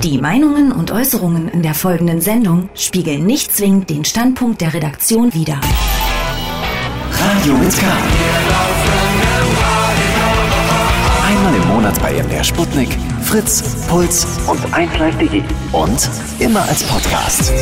Die Meinungen und Äußerungen in der folgenden Sendung spiegeln nicht zwingend den Standpunkt der Redaktion wider. Radio mit K. Einmal im Monat bei MDR Sputnik, Fritz, Puls und 1Live.de. Und immer als Podcast.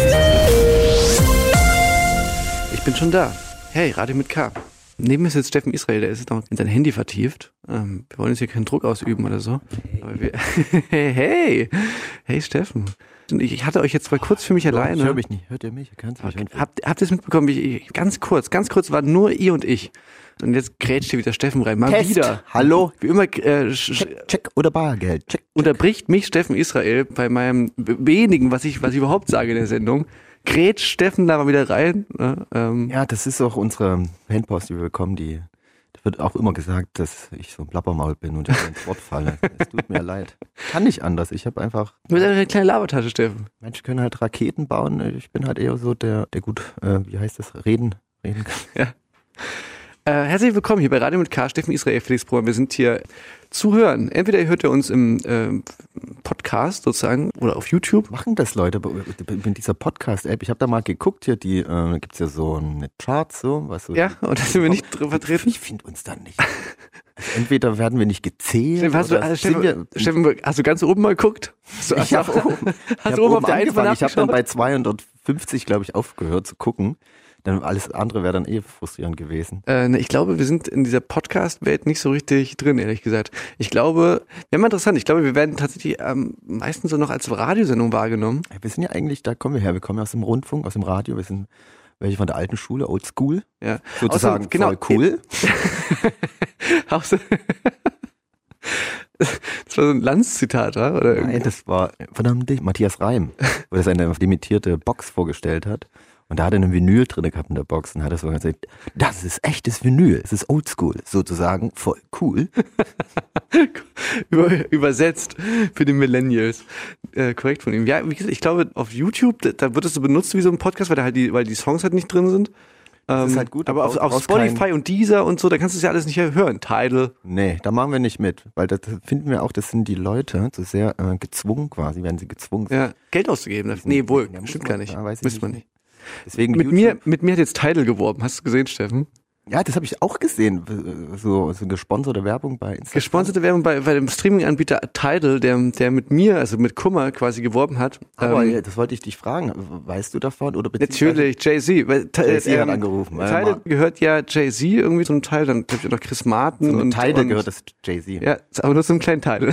Ich bin schon da. Hey, Radio mit K. Neben mir ist jetzt Steffen Israel, der ist jetzt noch in sein Handy vertieft. Wir wollen jetzt hier keinen Druck ausüben oder so. Aber hey Steffen. Ich hatte euch jetzt mal kurz für mich alleine. Ich höre mich nicht. Hört ihr mich? Habt ihr es mitbekommen? Ganz kurz waren nur ihr und ich. Und jetzt grätscht hier wieder Steffen rein. Mal Test. wieder. Hallo? Wie immer Check oder Bargeld. Check. Unterbricht mich Steffen Israel bei meinem wenigen, was ich überhaupt sage in der Sendung. Grätscht Steffen da mal wieder rein. Ja, das ist auch unsere Fanpost, die wir bekommen. Da wird auch immer gesagt, dass ich so ein Plappermaul bin und ins Wort falle. Es tut mir leid. Kann nicht anders. Ich habe einfach... Du bist eine kleine Labertasche, Steffen. Menschen können halt Raketen bauen. Ich bin halt eher so der gut, wie heißt das, reden kann. Ja. Herzlich willkommen hier bei Radio mit K, Steffen Israel, Felix Brunner. Wir sind hier zu hören. Entweder ihr hört ihr uns im Podcast sozusagen oder auf YouTube. Machen das Leute mit dieser Podcast-App? Ich habe da mal geguckt, hier gibt's ja so eine Chart, so was so. Ja, und da sind wir nicht vertreten. Ich finde uns dann nicht. Also entweder werden wir nicht gezählt. Steffen, hast du ganz oben mal geguckt? Ich habe oben auf der angefangen. Ich habe dann bei 250, glaube ich, aufgehört zu gucken. Dann alles andere wäre dann frustrierend gewesen. Ich glaube, wir sind in dieser Podcast-Welt nicht so richtig drin, ehrlich gesagt. Ich glaube, wäre mal interessant, wir werden tatsächlich meistens so noch als Radiosendung wahrgenommen. Wir sind ja eigentlich, da kommen wir her, wir kommen ja aus dem Rundfunk, aus dem Radio, wir sind welche von der alten Schule, Old School. Ja. Sozusagen voll cool. Das war so ein Lanz-Zitat, oder? Nein, das war von Matthias Reim, wo er seine limitierte Box vorgestellt hat. Und da hat er einen Vinyl drin gehabt in der Box und hat er so gesagt, das ist echtes Vinyl, es ist oldschool, sozusagen voll cool. Übersetzt für die Millennials. Korrekt von ihm. Ja, wie gesagt, ich glaube, auf YouTube, da wird es so benutzt wie so ein Podcast, weil die Songs halt nicht drin sind. Das ist halt gut. Aber auf Spotify und Deezer und so, da kannst du es ja alles nicht hören. Tidal. Nee, da machen wir nicht mit, weil das finden wir auch, das sind die Leute so sehr gezwungen quasi, werden sie gezwungen. Ja, Geld auszugeben. Nee, wohl, stimmt gar nicht. Müsste man nicht. Deswegen mit mir hat jetzt Tidal geworben. Hast du gesehen, Steffen? Ja, das habe ich auch gesehen. So gesponserte Werbung bei Instagram. Gesponserte Werbung bei dem Streaming-Anbieter Tidal, der mit mir, also mit Kummer quasi geworben hat. Aber das wollte ich dich fragen. Weißt du davon? Oder natürlich, Jay-Z. Jay-Z hat angerufen. Tidal gehört ja Jay-Z irgendwie zum Teil. Dann glaube ich noch Chris Martin. Und Tidal gehört das Jay-Z. Ja, aber nur zum kleinen Tidal.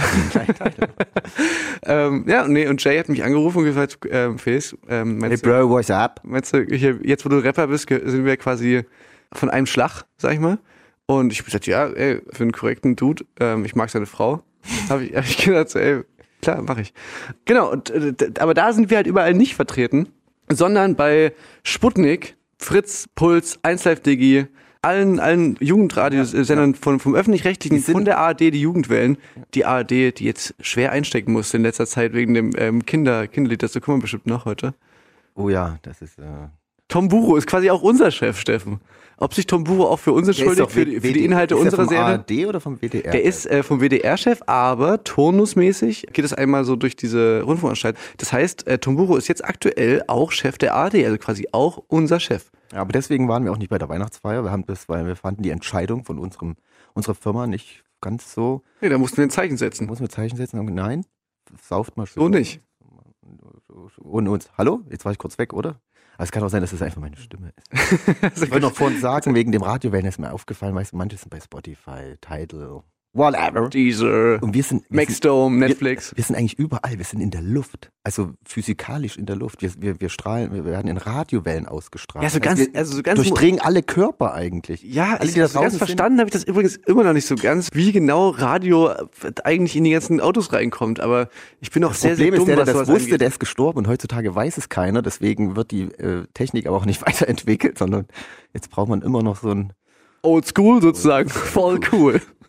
Und Jay hat mich angerufen und gesagt, Felix, hey Bro, what's up? Meinst du, jetzt wo du Rapper bist, sind wir quasi von einem Schlag, sag ich mal. Und ich hab gesagt, ja, ey, für einen korrekten Dude, ich mag seine Frau. Hab ich gedacht, so, ey, klar, mach ich. Genau, aber da sind wir halt überall nicht vertreten, sondern bei Sputnik, Fritz, Puls, 1Live.de, allen Jugendradiosendern vom Öffentlich-Rechtlichen, von der ARD, die Jugendwellen. Die ARD, die jetzt schwer einstecken musste in letzter Zeit wegen dem Kinderlied, dazu kommen wir bestimmt noch heute. Oh ja, das ist... Tom Buro ist quasi auch unser Chef, Steffen. Ob sich Tom Buro auch für uns entschuldigt, für die Inhalte unserer Serie? Ist der vom ARD oder vom WDR? Der ist vom WDR-Chef, aber turnusmäßig geht es einmal so durch diese Rundfunkanstalt. Das heißt, Tom Buro ist jetzt aktuell auch Chef der ARD, also quasi auch unser Chef. Ja, aber deswegen waren wir auch nicht bei der Weihnachtsfeier. Weil wir fanden die Entscheidung von unserer Firma nicht ganz so... Nee, da mussten wir ein Zeichen setzen. Und nein, sauft mal schön. So nicht. Und uns. Hallo? Jetzt war ich kurz weg, oder? Aber es kann auch sein, dass es einfach meine Stimme ist. Ich wollte noch vorhin sagen, wegen dem Radiowellen ist mir aufgefallen, weißt du, manche sind bei Spotify, Tidal, whatever. Deezer, und wir sind Maxdome, Netflix. Wir sind eigentlich überall, wir sind in der Luft. Also physikalisch in der Luft. Wir strahlen, wir werden in Radiowellen ausgestrahlt. Ja, so ganz durchdringen alle Körper eigentlich. Ja, alle, die das ganz verstanden habe ich das übrigens immer noch nicht so ganz, wie genau Radio eigentlich in die ganzen Autos reinkommt. Aber ich bin auch sehr, sehr dumm, der das wusste, der ist gestorben und heutzutage weiß es keiner. Deswegen wird die Technik aber auch nicht weiterentwickelt, sondern jetzt braucht man immer noch so ein Old School sozusagen, voll cool.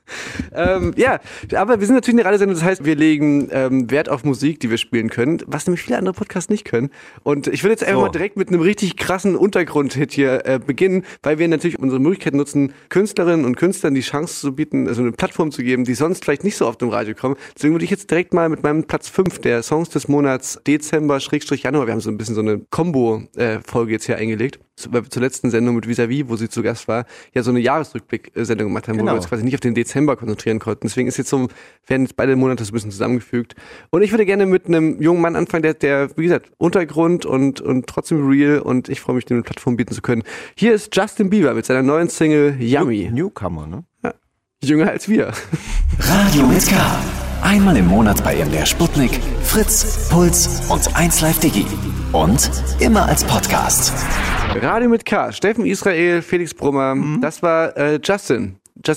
Ja, aber wir sind natürlich eine Radiosendung, das heißt, wir legen Wert auf Musik, die wir spielen können, was nämlich viele andere Podcasts nicht können. Und ich will jetzt einfach mal direkt mit einem richtig krassen Untergrundhit hier beginnen, weil wir natürlich unsere Möglichkeit nutzen, Künstlerinnen und Künstlern die Chance zu bieten, also eine Plattform zu geben, die sonst vielleicht nicht so oft im Radio kommen. Deswegen würde ich jetzt direkt mal mit meinem Platz 5 der Songs des Monats Dezember/Januar, wir haben so ein bisschen so eine Kombo-Folge jetzt hier eingelegt, weil wir zur letzten Sendung mit Vis-a-vis, wo sie zu Gast war, ja so eine Jahresrückblick-Sendung gemacht haben, wo wir uns quasi nicht auf den Dezember konzentrieren konnten. Deswegen ist jetzt so, werden jetzt beide Monate so ein bisschen zusammengefügt. Und ich würde gerne mit einem jungen Mann anfangen, der wie gesagt, Untergrund und trotzdem real, und ich freue mich, dem eine Plattform bieten zu können. Hier ist Justin Bieber mit seiner neuen Single Yummy. Newcomer, ne? Ja. Jünger als wir. Radio mit K. Einmal im Monat bei MDR Sputnik, Fritz, Puls und 1Live Digi. Und immer als Podcast. Radio mit K. Steffen Israel, Felix Brummer. Das war Justin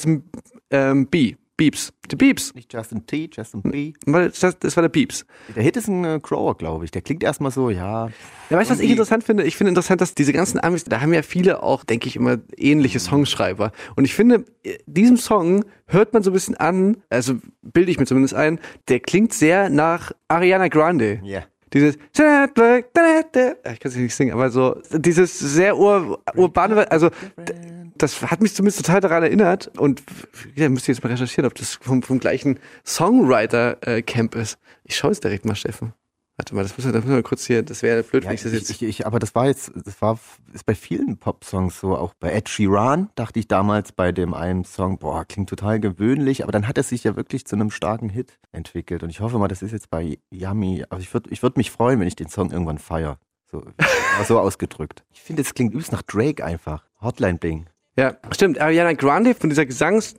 B. Beeps. The Beeps. Nicht Justin T, Justin B. Das war der Beeps. Der Hit ist ein Grower, glaube ich. Der klingt erstmal so, ja. Ja, weißt du, was ich interessant finde? Ich finde interessant, dass diese ganzen Amis, da haben ja viele auch, denke ich, immer ähnliche Songschreiber. Und ich finde, diesem Song hört man so ein bisschen an, also bilde ich mir zumindest ein, der klingt sehr nach Ariana Grande. Ja. Yeah. Dieses, ich kann es nicht singen, aber so, dieses sehr urbane, also, das hat mich zumindest total daran erinnert, und ja, müsst ihr jetzt mal recherchieren, ob das vom gleichen Songwriter-Camp ist. Ich schaue jetzt direkt mal, Steffen. Warte mal, das müssen wir kurz hier, das wäre blöd, wenn ich das jetzt... Aber ist bei vielen Pop-Songs so, auch bei Ed Sheeran dachte ich damals bei dem einen Song, klingt total gewöhnlich, aber dann hat es sich ja wirklich zu einem starken Hit entwickelt, und ich hoffe mal, das ist jetzt bei Yummy, aber ich würd mich freuen, wenn ich den Song irgendwann feiere. So ausgedrückt. Ich finde, es klingt übelst nach Drake einfach. Hotline Bling. Ja, stimmt. Ariana Grande von dieser Gesangs...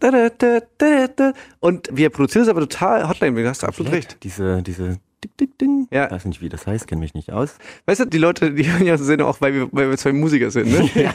Und wir produzieren es aber total Hotline Bling, da hast du absolut recht. Diese Ding. Ja. Ich weiß nicht, wie das heißt, kenne mich nicht aus. Weißt du, die Leute, die hören ja so Sendung auch, weil wir zwei Musiker sind, ne? Ja.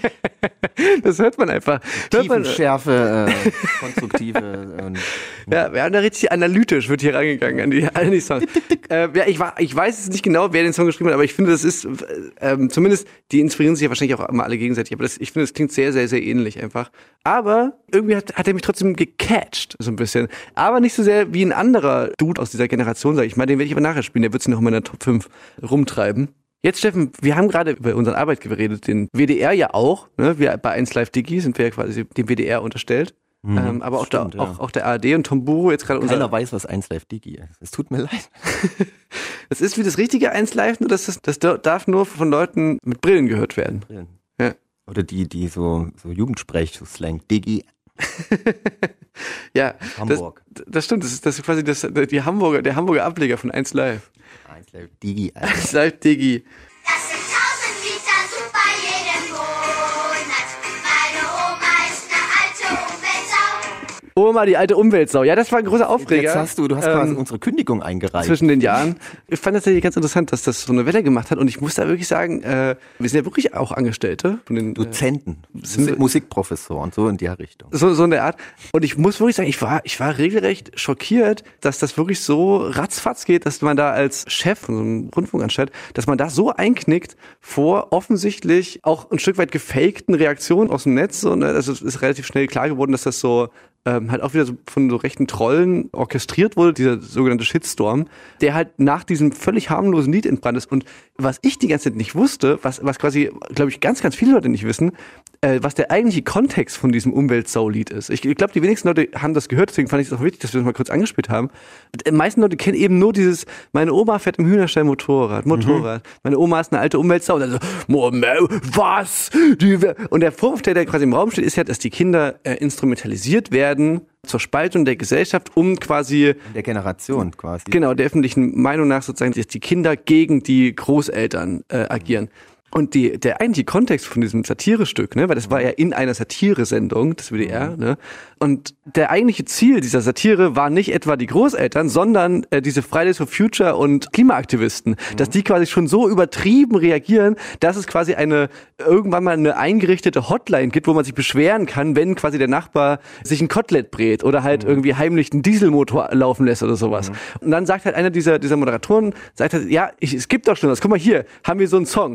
Das hört man einfach. Tiefenschärfe, konstruktive. Ja, wir haben da richtig analytisch, wird hier rangegangen an die Songs. Ja, ich weiß es nicht genau, wer den Song geschrieben hat, aber ich finde, das ist, zumindest, die inspirieren sich ja wahrscheinlich auch immer alle gegenseitig, aber ich finde, das klingt sehr, sehr, sehr ähnlich einfach. Aber irgendwie hat er mich trotzdem gecatcht, so ein bisschen. Aber nicht so sehr wie ein anderer Dude aus dieser Generation, sag ich mal. Den werde ich aber nachher spielen. Der wird sich noch in meiner Top 5 rumtreiben. Jetzt, Steffen, wir haben gerade über unseren Arbeitgeber geredet, den WDR ja auch. Ne? Wir bei 1Live Digi sind wir ja quasi dem WDR unterstellt. Aber auch, stimmt, auch der ARD und Tom Buro jetzt gerade Keiner weiß, was 1Live Digi ist. Es tut mir leid. Das ist wie das richtige 1Live, nur das darf nur von Leuten mit Brillen gehört werden. Brillen. Ja. Oder die so Jugendsprech, so Slang, Digi. Ja, Hamburg. Das stimmt, das ist quasi der Hamburger Ableger von 1Live. 1Live Digi. 1Live Digi. Das sind 1000 Liter Super jeden Monat. Meine Oma ist eine alte Umweltsau. Oma, die alte Umweltsau. Ja, das war ein großer Aufreger. Jetzt du hast quasi unsere Kündigung eingereicht. Zwischen den Jahren. Ich fand das tatsächlich ganz interessant, dass das so eine Welle gemacht hat. Und ich muss da wirklich sagen, wir sind ja wirklich auch Angestellte. Von den Dozenten, Musikprofessoren, so in der Richtung. So in der Art. Und ich muss wirklich sagen, ich war regelrecht schockiert, dass das wirklich so ratzfatz geht, dass man da als Chef von so einem Rundfunkanstalt, dass man da so einknickt vor offensichtlich auch ein Stück weit gefakten Reaktionen aus dem Netz. So, ne? Also es ist relativ schnell klar geworden, dass das so halt auch wieder so von so rechten Trollen orchestriert wurde, dieser sogenannte Shitstorm, der halt nach diesem völlig harmlosen Lied entbrannt ist. Und was ich die ganze Zeit nicht wusste, was quasi, glaube ich, ganz, ganz viele Leute nicht wissen, was der eigentliche Kontext von diesem Umweltsau-Lied ist. Ich glaube, die wenigsten Leute haben das gehört, deswegen fand ich es auch wichtig, dass wir das mal kurz angespielt haben. Die meisten Leute kennen eben nur dieses, meine Oma fährt im Hühnerstall Motorrad. Meine Oma ist eine alte Umweltsau. Und dann so, was? Und der Vorwurf, der quasi im Raum steht, ist ja, dass die Kinder instrumentalisiert werden zur Spaltung der Gesellschaft, um quasi... Der Generation quasi. Genau, der öffentlichen Meinung nach sozusagen, dass die Kinder gegen die Großeltern agieren. Und der eigentliche Kontext von diesem Satirestück, ne, weil das war ja in einer Satiresendung des WDR, ne, und der eigentliche Ziel dieser Satire war nicht etwa die Großeltern, sondern diese Fridays for Future und Klimaaktivisten, dass die quasi schon so übertrieben reagieren, dass es quasi irgendwann mal eine eingerichtete Hotline gibt, wo man sich beschweren kann, wenn quasi der Nachbar sich ein Kotelett brät oder halt irgendwie heimlich einen Dieselmotor laufen lässt oder sowas. Und dann sagt halt einer dieser Moderatoren, sagt halt, ja, es gibt doch schon was, guck mal hier, haben wir so einen Song. Also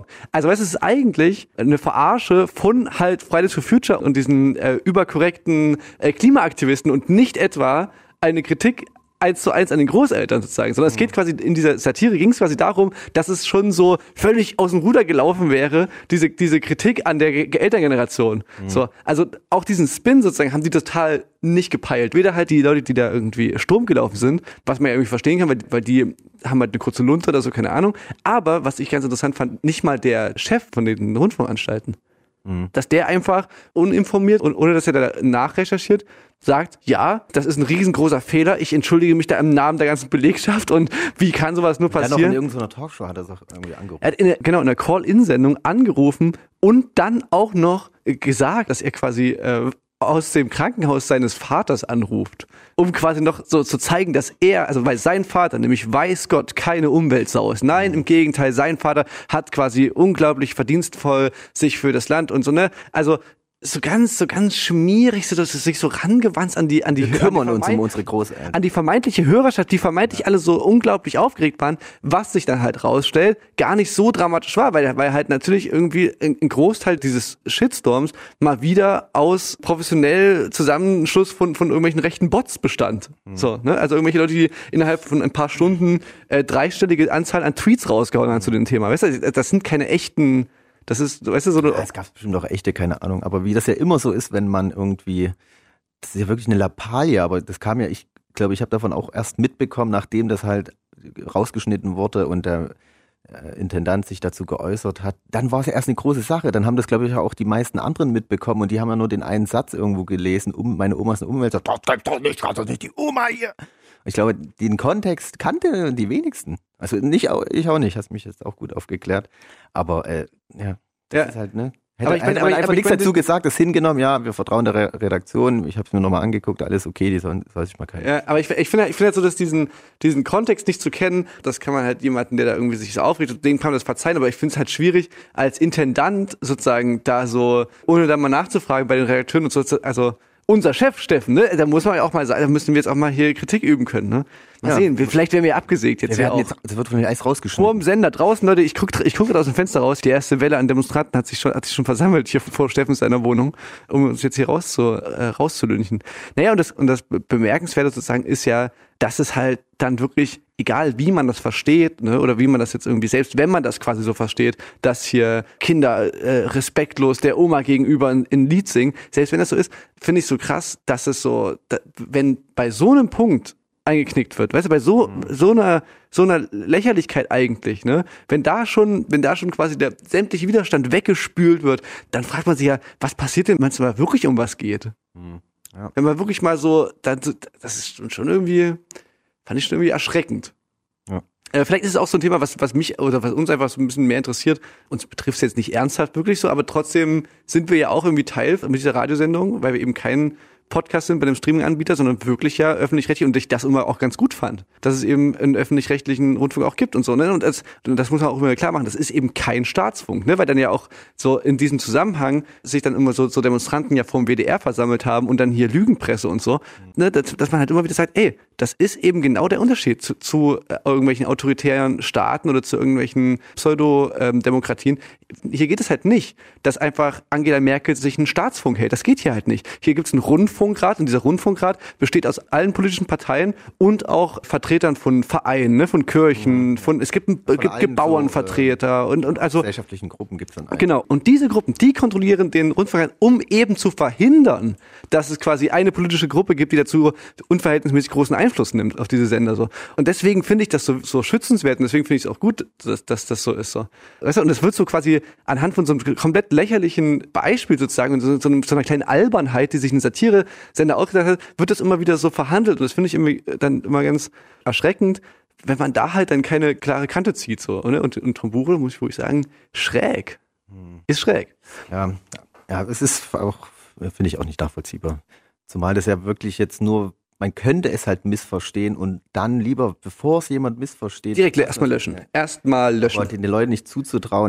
Also weißt du, es ist eigentlich eine Verarsche von halt Fridays for Future und diesen überkorrekten Klimaaktivisten und nicht etwa eine Kritik 1:1 an den Großeltern sozusagen, sondern es geht quasi, in dieser Satire ging es quasi darum, dass es schon so völlig aus dem Ruder gelaufen wäre, diese Kritik an der Elterngeneration. So, also auch diesen Spin sozusagen haben die total nicht gepeilt. Weder halt die Leute, die da irgendwie Sturm gelaufen sind, was man ja irgendwie verstehen kann, weil die haben halt eine kurze Lunte oder so, keine Ahnung. Aber, was ich ganz interessant fand, nicht mal der Chef von den Rundfunkanstalten. Dass der einfach uninformiert und ohne dass er da nachrecherchiert, sagt, ja, das ist ein riesengroßer Fehler, ich entschuldige mich da im Namen der ganzen Belegschaft und wie kann sowas nur passieren? Ja, noch in irgendeiner Talkshow hat er es auch irgendwie angerufen. Er hat in der Call-In-Sendung angerufen und dann auch noch gesagt, dass er quasi aus dem Krankenhaus seines Vaters anruft, um quasi noch so zu zeigen, dass er, also weil sein Vater nämlich weiß Gott keine Umweltsau ist. Nein, im Gegenteil, sein Vater hat quasi unglaublich verdienstvoll sich für das Land und so, ne? Also so ganz schmierig, so dass es sich so rangewandt an die Wir kümmern uns um unsere Großeltern. an die vermeintliche Hörerschaft, die vermeintlich alle so unglaublich aufgeregt waren, was sich dann halt rausstellt, gar nicht so dramatisch war, weil halt natürlich irgendwie ein Großteil dieses Shitstorms mal wieder aus professionell Zusammenschluss von irgendwelchen rechten Bots bestand. So, ne? Also irgendwelche Leute, die innerhalb von ein paar Stunden dreistellige Anzahl an Tweets rausgehauen haben zu dem Thema. Weißt du, das sind keine echten. Das ist, weißt du, so eine. Ja, es gab bestimmt auch echte, keine Ahnung. Aber wie das ja immer so ist, wenn man irgendwie, das ist ja wirklich eine Lappalie, aber das kam ja, ich glaube, ich habe davon auch erst mitbekommen, nachdem das halt rausgeschnitten wurde und der Intendant sich dazu geäußert hat. Dann war es ja erst eine große Sache. Dann haben das, glaube ich, auch die meisten anderen mitbekommen und die haben ja nur den einen Satz irgendwo gelesen, meine Oma ist eine Umwelt, sagt, das doch nicht die Oma hier. Ich glaube, den Kontext kannte die wenigsten. Also ich auch nicht, hast mich jetzt auch gut aufgeklärt. Aber das ist halt, ne? Hätte man einfach nichts dazu gesagt, das hingenommen, ja, wir vertrauen der Redaktion, ich habe es mir nochmal angeguckt, alles okay, die soll sich mal keinen. Ja, aber ich finde halt so, dass diesen Kontext nicht zu kennen, das kann man halt jemanden, der da irgendwie sich so aufregt, dem kann man das verzeihen, aber ich finde es halt schwierig, als Intendant sozusagen da so, ohne da mal nachzufragen bei den Redakteuren und so, also unser Chef, Steffen, ne, da muss man ja auch mal sagen, da müssen wir jetzt auch mal hier Kritik üben können, ne? Mal sehen, vielleicht werden wir abgesägt jetzt ja auch. Das wird von mir alles rausgeschnitten. Vor dem Sender draußen, Leute, ich guck gerade aus dem Fenster raus, die erste Welle an Demonstranten hat sich schon versammelt hier vor Steffens seiner Wohnung, um uns jetzt hier rauszulünchen. Naja, und das Bemerkenswerte sozusagen ist ja, dass es halt dann wirklich, egal wie man das versteht, ne, oder wie man das jetzt irgendwie, selbst wenn man das quasi so versteht, dass hier Kinder respektlos der Oma gegenüber ein Lied singen, selbst wenn das so ist, finde ich so krass, dass es so, wenn bei so einem Punkt eingeknickt wird, weißt du, bei so einer Lächerlichkeit eigentlich, ne, wenn da schon quasi der sämtliche Widerstand weggespült wird, dann fragt man sich ja, was passiert denn, wenn es mal wirklich um was geht? Ja. Wenn man wirklich mal so, das ist schon irgendwie, fand ich schon irgendwie erschreckend. Ja. Vielleicht ist es auch so ein Thema, was mich oder was uns einfach so ein bisschen mehr interessiert. Uns betrifft es jetzt nicht ernsthaft wirklich so, aber trotzdem sind wir ja auch irgendwie Teil mit dieser Radiosendung, weil wir eben kein Podcast sind bei einem Streaming-Anbieter, sondern wirklich ja öffentlich-rechtlich und ich das immer auch ganz gut fand, dass es eben einen öffentlich-rechtlichen Rundfunk auch gibt und so, ne? Und das muss man auch immer klar machen, das ist eben kein Staatsfunk, ne? Weil dann ja auch so in diesem Zusammenhang sich dann immer so Demonstranten ja vom WDR versammelt haben und dann hier Lügenpresse und so, ne? Dass man halt immer wieder sagt, ey, das ist eben genau der Unterschied zu irgendwelchen autoritären Staaten oder zu irgendwelchen Pseudo-Demokratien. Hier geht es halt nicht, dass einfach Angela Merkel sich einen Staatsfunk hält. Das geht hier halt nicht. Hier gibt es einen Rundfunkrat und dieser Rundfunkrat besteht aus allen politischen Parteien und auch Vertretern von Vereinen, ne, von Kirchen, es gibt Bauernvertreter und also gesellschaftlichen Gruppen gibt es dann. Genau. Und diese Gruppen, die kontrollieren den Rundfunkrat, um eben zu verhindern, dass es quasi eine politische Gruppe gibt, die dazu unverhältnismäßig großen Einfluss nimmt auf diese Sender so. Und deswegen finde ich das so schützenswert und deswegen finde ich es auch gut, dass das so ist so. Weißt du, und es wird so quasi anhand von so einem komplett lächerlichen Beispiel sozusagen und so einer kleinen Albernheit, die sich ein Satire-Sender ausgedacht hat, wird das immer wieder so verhandelt und das finde ich irgendwie dann immer ganz erschreckend, wenn man da halt dann keine klare Kante zieht so, oder? Und Tom Buchel, muss ich wirklich sagen, schräg. Ist schräg. Ja, es ist auch, finde ich auch nicht nachvollziehbar. Zumal das ja wirklich jetzt nur, man könnte es halt missverstehen und dann lieber, bevor es jemand missversteht. Direkt erstmal löschen. Aber den Leuten nicht zuzutrauen,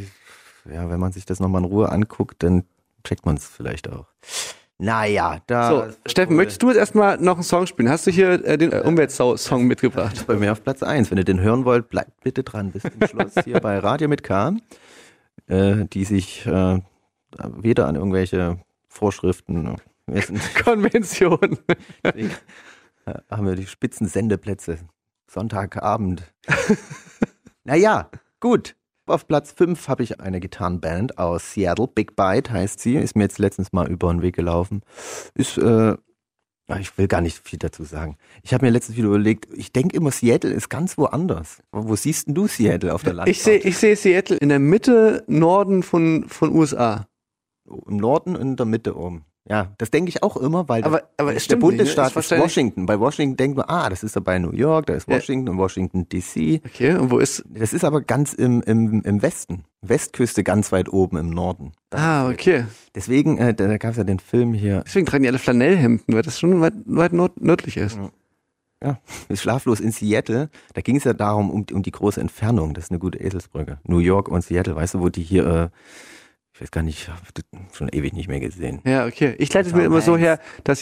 wenn man sich das nochmal in Ruhe anguckt, dann checkt man es vielleicht auch. Naja, So, Steffen, möchtest du jetzt erstmal noch einen Song spielen? Hast du hier den Umweltsau-Song mitgebracht? Bei mir auf Platz 1. Wenn ihr den hören wollt, bleibt bitte dran bis zum Schluss hier bei Radio mit K. die sich weder an irgendwelche Vorschriften messen. Konvention. Deswegen haben wir die Spitzensendeplätze. Sonntagabend. Naja, gut. Auf Platz 5 habe ich eine Gitarrenband aus Seattle. Big Bite heißt sie. Ist mir jetzt letztens mal über den Weg gelaufen. Ist, ich will gar nicht viel dazu sagen. Ich habe mir letztens wieder überlegt, ich denke immer, Seattle ist ganz woanders. Wo siehst denn du Seattle auf der Landkarte? Ich sehe Seattle in der Mitte, Norden von USA. Im Norden und in der Mitte oben. Ja, das denke ich auch immer, weil Aber es der stimmt Bundesstaat nicht, ist Washington. Bei Washington denkt man, das ist dabei New York, da ist Washington und Washington DC. Okay, und wo ist... Das ist aber ganz im Westen. Westküste ganz weit oben im Norden. Okay. Deswegen, da gab es ja den Film hier. Deswegen tragen die alle Flanellhemden, weil das schon weit nördlich ist. Ja, ist Schlaflos in Seattle. Da ging es ja darum, um die große Entfernung. Das ist eine gute Eselsbrücke. New York und Seattle, weißt du, wo die hier... ich weiß gar nicht, schon ewig nicht mehr gesehen. Ja, okay. Ich leite es mir immer so her, dass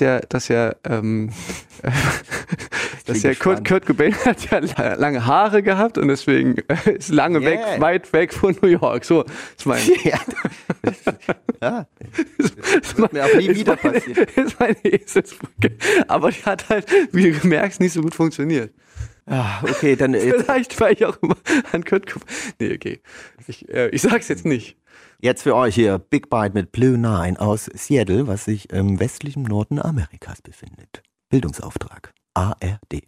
Kurt Cobain hat ja lange Haare gehabt und deswegen ist weit weg von New York. So, ist mein. Ja. Das wird mir auch nie wieder passieren. Das ist meine Eselsbrücke. Aber die hat halt, wie du merkst, nicht so gut funktioniert. Ah, okay, dann. Vielleicht war ich auch immer an Kurt Cobain. Nee, okay. Ich sag's jetzt nicht. Jetzt für euch hier Big Bite mit Blue Nine aus Seattle, was sich im westlichen Norden Amerikas befindet. Bildungsauftrag. ARD.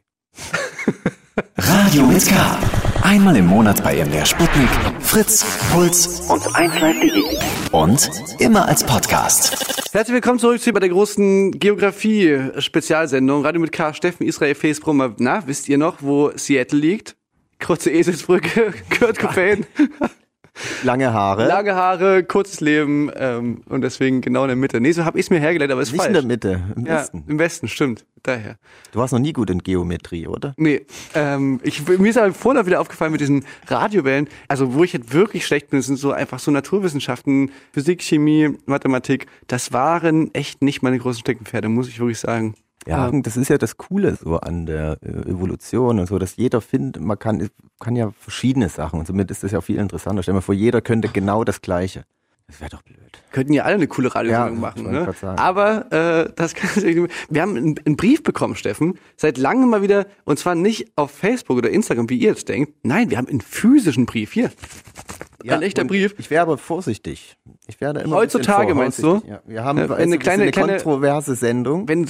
Radio mit K. Einmal im Monat bei MDR Sputnik, Fritz, Puls und 1Live.de. Und immer als Podcast. Herzlich willkommen zurück bei der großen Geografie-Spezialsendung. Radio mit K. Steffen, Israel, Fes-Brummer. Na, wisst ihr noch, wo Seattle liegt? Kurze Eselsbrücke, Kurt Cobain. Lange Haare, kurzes Leben und deswegen genau in der Mitte. Nee, so habe ich es mir hergeleitet, aber ist nicht falsch. In der Mitte, im Westen. Im Westen, stimmt. Daher. Du warst noch nie gut in Geometrie, oder? Nee, mir ist aber vorher wieder aufgefallen mit diesen Radiowellen, also wo ich jetzt wirklich schlecht bin, sind so einfach so Naturwissenschaften, Physik, Chemie, Mathematik, das waren echt nicht meine großen Steckenpferde, muss ich wirklich sagen. Ja, das ist ja das Coole so an der Evolution und so, dass jeder findet, man kann ja verschiedene Sachen und somit ist das ja auch viel interessanter. Stell dir mal vor, jeder könnte genau das Gleiche. Das wäre doch blöd. Könnten ja alle eine coole Radiosendung machen, ne? Aber das kann wir haben einen Brief bekommen, Steffen, seit langem mal wieder, und zwar nicht auf Facebook oder Instagram, wie ihr jetzt denkt. Nein, wir haben einen physischen Brief hier. Ja, ein echter Brief. Ich wäre aber vorsichtig. Ich werde immer heutzutage meinst du? Ja, wir haben eine kleine kontroverse Sendung. Wenn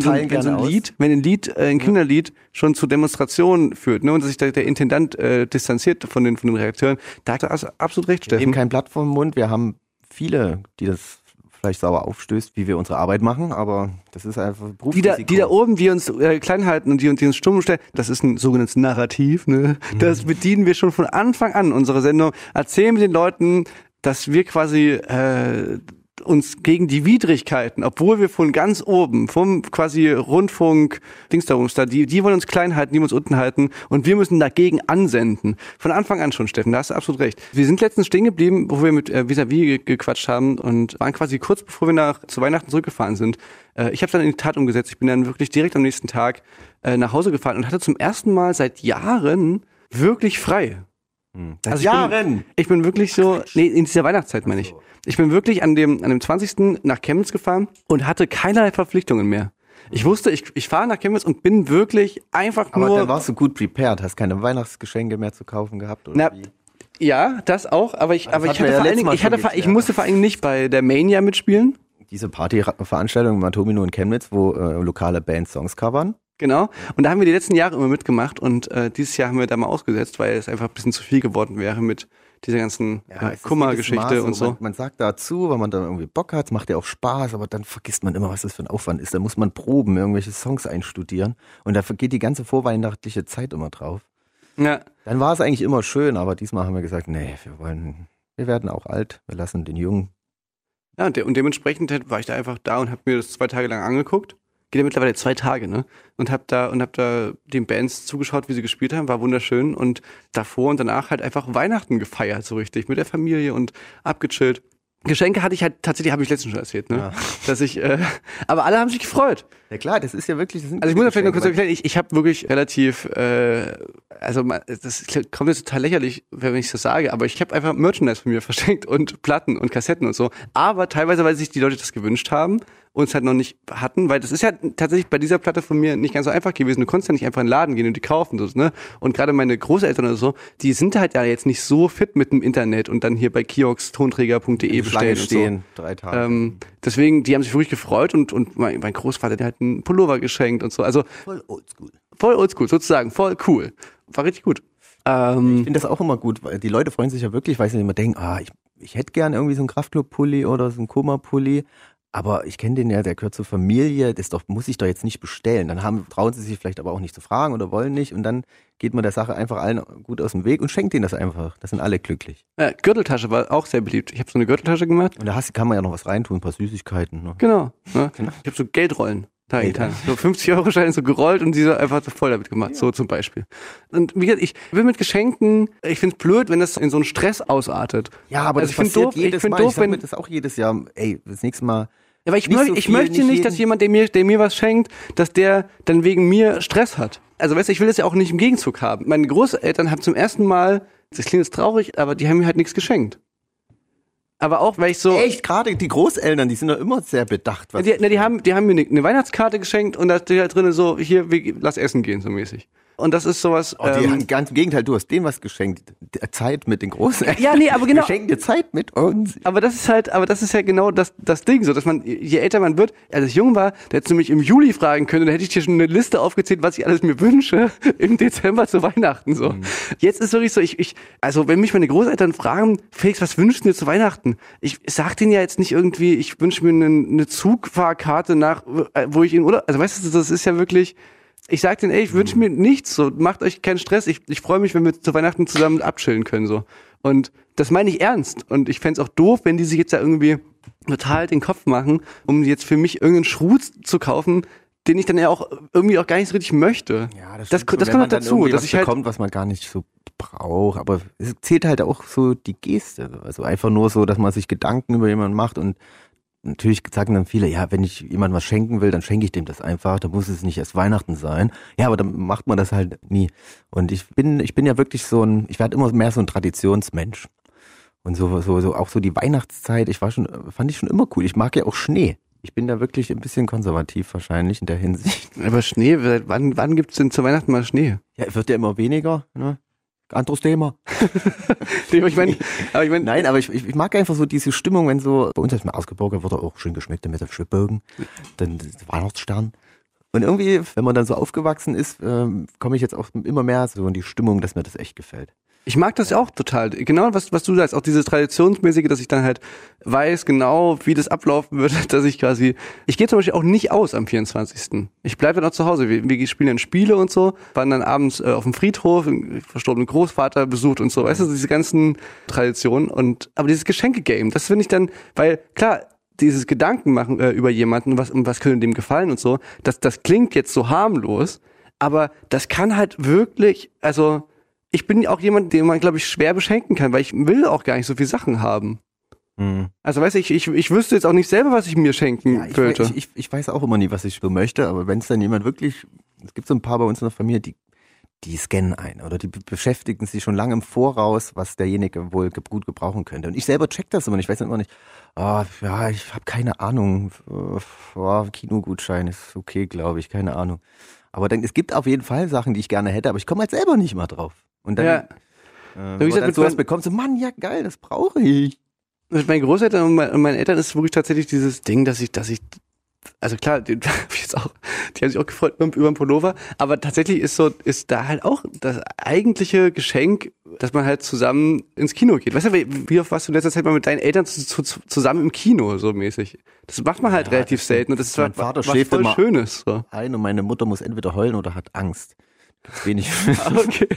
ein Kinderlied schon zu Demonstrationen führt, ne, und sich der Intendant distanziert von den Redakteuren, da hat er absolut recht, Steffen. Wir nehmen kein Blatt vom Mund. Wir haben viele, die das vielleicht sauer aufstößt, wie wir unsere Arbeit machen, aber das ist einfach Berufsrisiko. Die da oben, die uns klein halten und die uns stumm stellen, das ist ein sogenanntes Narrativ, ne? Das bedienen wir schon von Anfang an, unsere Sendung. Erzählen wir den Leuten, dass wir quasi uns gegen die Widrigkeiten, obwohl wir von ganz oben, vom quasi Rundfunk, die wollen uns klein halten, die wollen uns unten halten und wir müssen dagegen ansenden. Von Anfang an schon, Steffen, da hast du absolut recht. Wir sind letztens stehen geblieben, wo wir mit Vis-à-vis gequatscht haben und waren quasi kurz bevor wir zu Weihnachten zurückgefahren sind. Ich habe dann in die Tat umgesetzt. Ich bin dann wirklich direkt am nächsten Tag nach Hause gefahren und hatte zum ersten Mal seit Jahren wirklich frei. Also ich bin wirklich so, in dieser Weihnachtszeit meine ich. Ich bin wirklich an dem 20. nach Chemnitz gefahren und hatte keinerlei Verpflichtungen mehr. Ich wusste, ich fahre nach Chemnitz und bin wirklich einfach nur... Aber dann warst du gut prepared, hast keine Weihnachtsgeschenke mehr zu kaufen gehabt, oder wie? Ja, das auch, aber ich musste vor allem nicht bei der Mania mitspielen. Diese Partyveranstaltung im Matomino in Chemnitz, wo lokale Bands Songs covern. Genau. Und da haben wir die letzten Jahre immer mitgemacht und dieses Jahr haben wir da mal ausgesetzt, weil es einfach ein bisschen zu viel geworden wäre mit dieser ganzen Kummergeschichte und so. Man sagt dazu, weil man dann irgendwie Bock hat, es macht ja auch Spaß, aber dann vergisst man immer, was das für ein Aufwand ist. Da muss man proben, irgendwelche Songs einstudieren und da vergeht die ganze vorweihnachtliche Zeit immer drauf. Ja. Dann war es eigentlich immer schön, aber diesmal haben wir gesagt, nee, wir werden auch alt, wir lassen den Jungen. Ja, und dementsprechend war ich da einfach da und habe mir das 2 Tage lang angeguckt. Geht ja mittlerweile 2 Tage, ne? Und hab da den Bands zugeschaut, wie sie gespielt haben, war wunderschön und davor und danach halt einfach Weihnachten gefeiert, so richtig, mit der Familie und abgechillt. Geschenke hatte ich halt tatsächlich, habe ich letztens schon erzählt, ne? Ja. Dass ich, aber alle haben sich gefreut. Ja klar, das ist ja wirklich. Also ich muss ja vielleicht noch kurz erklären, ich habe wirklich relativ, also das kommt jetzt total lächerlich, wenn ich das sage, aber ich habe einfach Merchandise von mir verschenkt und Platten und Kassetten und so. Aber teilweise, weil sich die Leute das gewünscht haben und es halt noch nicht hatten, weil das ist ja tatsächlich bei dieser Platte von mir nicht ganz so einfach gewesen. Du konntest ja nicht einfach in den Laden gehen und die kaufen, so, ne? Und gerade meine Großeltern oder so, die sind halt ja jetzt nicht so fit mit dem Internet und dann hier bei kiosktonträger.de bestellen stehen, und so. 3 Tage. Deswegen, die haben sich wirklich gefreut und mein Großvater, der hat einen Pullover geschenkt und so. Also Voll oldschool. Voll oldschool, sozusagen, voll cool. War richtig gut. Ich finde das auch immer gut, weil die Leute freuen sich ja wirklich, weil sie immer denken, ich hätte gern irgendwie so einen Kraftclub-Pulli oder so einen Koma-Pulli, aber ich kenne den ja, der gehört zur Familie, muss ich doch jetzt nicht bestellen. Dann trauen sie sich vielleicht aber auch nicht zu fragen oder wollen nicht und dann geht man der Sache einfach allen gut aus dem Weg und schenkt denen das einfach. Das sind alle glücklich. Gürteltasche war auch sehr beliebt. Ich habe so eine Gürteltasche gemacht. Und da kann man ja noch was reintun, ein paar Süßigkeiten. Ne? Genau. Ne? Ich habe so Geldrollen da getan. So 50-Euro-Scheine so gerollt und die so einfach so voll damit gemacht, so zum Beispiel. Und wie gesagt, ich will mit Geschenken, ich finde es blöd, wenn das in so einen Stress ausartet. Ja, aber also das passiert jedes Mal. Ich sag mir das auch jedes Jahr, das nächste Mal. Ja, aber ich möchte nicht, dass jemand, der mir was schenkt, dass der dann wegen mir Stress hat. Also weißt du, ich will das ja auch nicht im Gegenzug haben. Meine Großeltern haben zum ersten Mal, das klingt jetzt traurig, aber die haben mir halt nichts geschenkt. Aber auch, weil ich so... Echt, gerade die Großeltern, die sind doch immer sehr bedacht. Die haben mir eine Weihnachtskarte geschenkt und da steht halt drin so, hier, lass essen gehen, so mäßig. Und das ist sowas... ganz im Gegenteil, du hast denen was geschenkt. Zeit mit den Großeltern. Ja, nee, aber genau. Wir schenken dir Zeit mit uns. Aber das ist ja genau das Ding, so, dass man, je älter man wird, als ich jung war, da hättest du mich im Juli fragen können, da hätte ich dir schon eine Liste aufgezählt, was ich alles mir wünsche, im Dezember zu Weihnachten, so. Jetzt ist wirklich so, also, wenn mich meine Großeltern fragen, Felix, was wünschst du dir zu Weihnachten? Ich sag denen ja jetzt nicht irgendwie, ich wünsche mir eine Zugfahrkarte wo ich in Urlaub, also weißt du, das ist ja wirklich, ich sag denen, ich wünsche mir nichts, so, macht euch keinen Stress, ich freue mich, wenn wir zu Weihnachten zusammen abchillen können, so. Und das meine ich ernst. Und ich fänd's auch doof, wenn die sich jetzt da irgendwie total den Kopf machen, um jetzt für mich irgendeinen Schruz zu kaufen, den ich dann ja auch irgendwie auch gar nicht so richtig möchte. Ja, das kommt noch dazu, dass ich halt bekommt, was man gar nicht so braucht. Aber es zählt halt auch so die Geste. Also einfach nur so, dass man sich Gedanken über jemanden macht und natürlich sagen dann viele, ja, wenn ich jemandem was schenken will, dann schenke ich dem das einfach, da muss es nicht erst Weihnachten sein. Ja, aber dann macht man das halt nie. Und ich bin ja wirklich ich werde immer mehr so ein Traditionsmensch. Und so auch so die Weihnachtszeit, fand ich schon immer cool. Ich mag ja auch Schnee. Ich bin da wirklich ein bisschen konservativ wahrscheinlich in der Hinsicht. Aber Schnee, wann gibt's denn zu Weihnachten mal Schnee? Ja, wird ja immer weniger, ne? Anderes Thema. Nein, aber ich mag einfach so diese Stimmung, wenn so, bei uns ist mir ausgeborgen, wird auch schön geschmeckt mit dem Schwibbogen, dann Weihnachtsstern. Und irgendwie, wenn man dann so aufgewachsen ist, komme ich jetzt auch immer mehr so in die Stimmung, dass mir das echt gefällt. Ich mag das ja auch total. Genau, was du sagst, auch dieses Traditionsmäßige, dass ich dann halt weiß genau, wie das ablaufen wird, dass ich gehe zum Beispiel auch nicht aus am 24. Ich bleibe dann auch zu Hause. Wir spielen dann Spiele und so, waren dann abends auf dem Friedhof, einen verstorbenen Großvater besucht und so, weißt du, diese ganzen Traditionen aber dieses Geschenke-Game, das finde ich dann, weil klar, dieses Gedanken machen über jemanden, was könnte dem gefallen und so, das klingt jetzt so harmlos, aber das kann halt wirklich, also ich bin auch jemand, den man, glaube ich, schwer beschenken kann, weil ich will auch gar nicht so viele Sachen haben. Also weißt du, ich wüsste jetzt auch nicht selber, was ich mir schenken könnte. Ich weiß auch immer nie, was ich so möchte, aber wenn es dann jemand wirklich, es gibt so ein paar bei uns in der Familie, die scannen ein oder die beschäftigen sich schon lange im Voraus, was derjenige wohl gut gebrauchen könnte. Und ich selber check das immer nicht, ich weiß immer nicht, ich habe keine Ahnung, Kinogutschein ist okay, glaube ich, keine Ahnung. Aber es gibt auf jeden Fall Sachen, die ich gerne hätte, aber ich komme halt selber nicht mal drauf. Und dann, wenn du dann sowas bekommst, so, Mann, ja geil, das brauche ich. Mit meinen Großeltern und meinen Eltern ist wirklich tatsächlich dieses Ding, dass ich, also klar, die haben sich auch gefreut über den Pullover, aber tatsächlich ist da halt auch das eigentliche Geschenk, dass man halt zusammen ins Kino geht. Weißt du, wie oft warst du in letzter Zeit mal mit deinen Eltern zusammen im Kino, so mäßig? Das macht man halt relativ selten und das ist was voll Schönes. So. Und meine Mutter muss entweder heulen oder hat Angst. Gibt's wenig. Okay.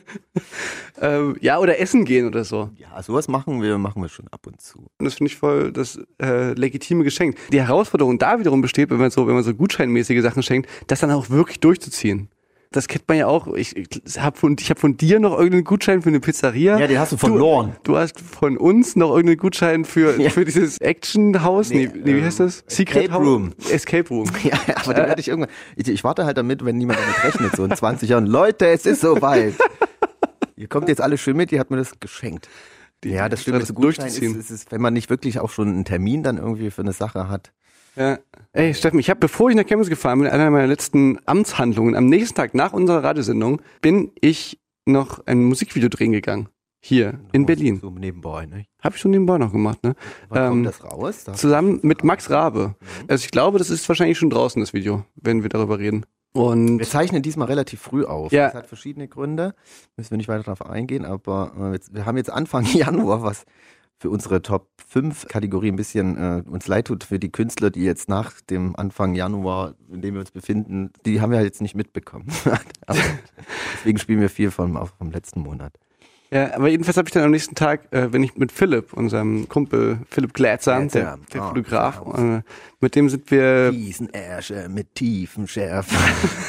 Ja, oder essen gehen oder so. Ja, sowas machen wir schon ab und zu. Und das finde ich voll das legitime Geschenk. Die Herausforderung da wiederum besteht, wenn man so gutscheinmäßige Sachen schenkt, das dann auch wirklich durchzuziehen. Das kennt man ja auch. Ich habe von dir noch irgendeinen Gutschein für eine Pizzeria. Ja, den hast du verloren. Du hast von uns noch irgendeinen Gutschein für dieses Action-Haus. Nee, wie heißt das? Secret Room. Escape Room. Ja, aber den werde ich irgendwann. Ich warte halt damit, wenn niemand damit rechnet, so in 20 Jahren. Leute, es ist soweit. Ihr kommt jetzt alle schön mit, die hat mir das geschenkt. Ja, das stimmt. das So Gutschein durchzuziehen. ist, wenn man nicht wirklich auch schon einen Termin dann irgendwie für eine Sache hat. Ja. Ey, Steffen, bevor ich nach Chemnitz gefahren bin, einer meiner letzten Amtshandlungen, am nächsten Tag nach unserer Radiosendung, bin ich noch ein Musikvideo drehen gegangen. Hier in Berlin. So nebenbei, ne? Habe ich schon nebenbei noch gemacht, ne? Wann kommt das raus? Zusammen mit Max Rabe. Also ich glaube, das ist wahrscheinlich schon draußen, das Video, wenn wir darüber reden. Und Wir zeichnen diesmal relativ früh auf. Ja. Das hat verschiedene Gründe. Müssen wir nicht weiter darauf eingehen, aber wir haben jetzt Anfang Januar, was für unsere Top 5 Kategorie ein bisschen uns leid tut für die Künstler, die jetzt nach dem Anfang Januar, in dem wir uns befinden, die haben wir jetzt nicht mitbekommen. Aber deswegen spielen wir viel vom letzten Monat. ja, aber jedenfalls habe ich dann am nächsten Tag, wenn ich mit Philipp, unserem Kumpel Philipp Glätzer, der Fotograf, mit dem sind wir Riesenärsche mit tiefen Schärfen.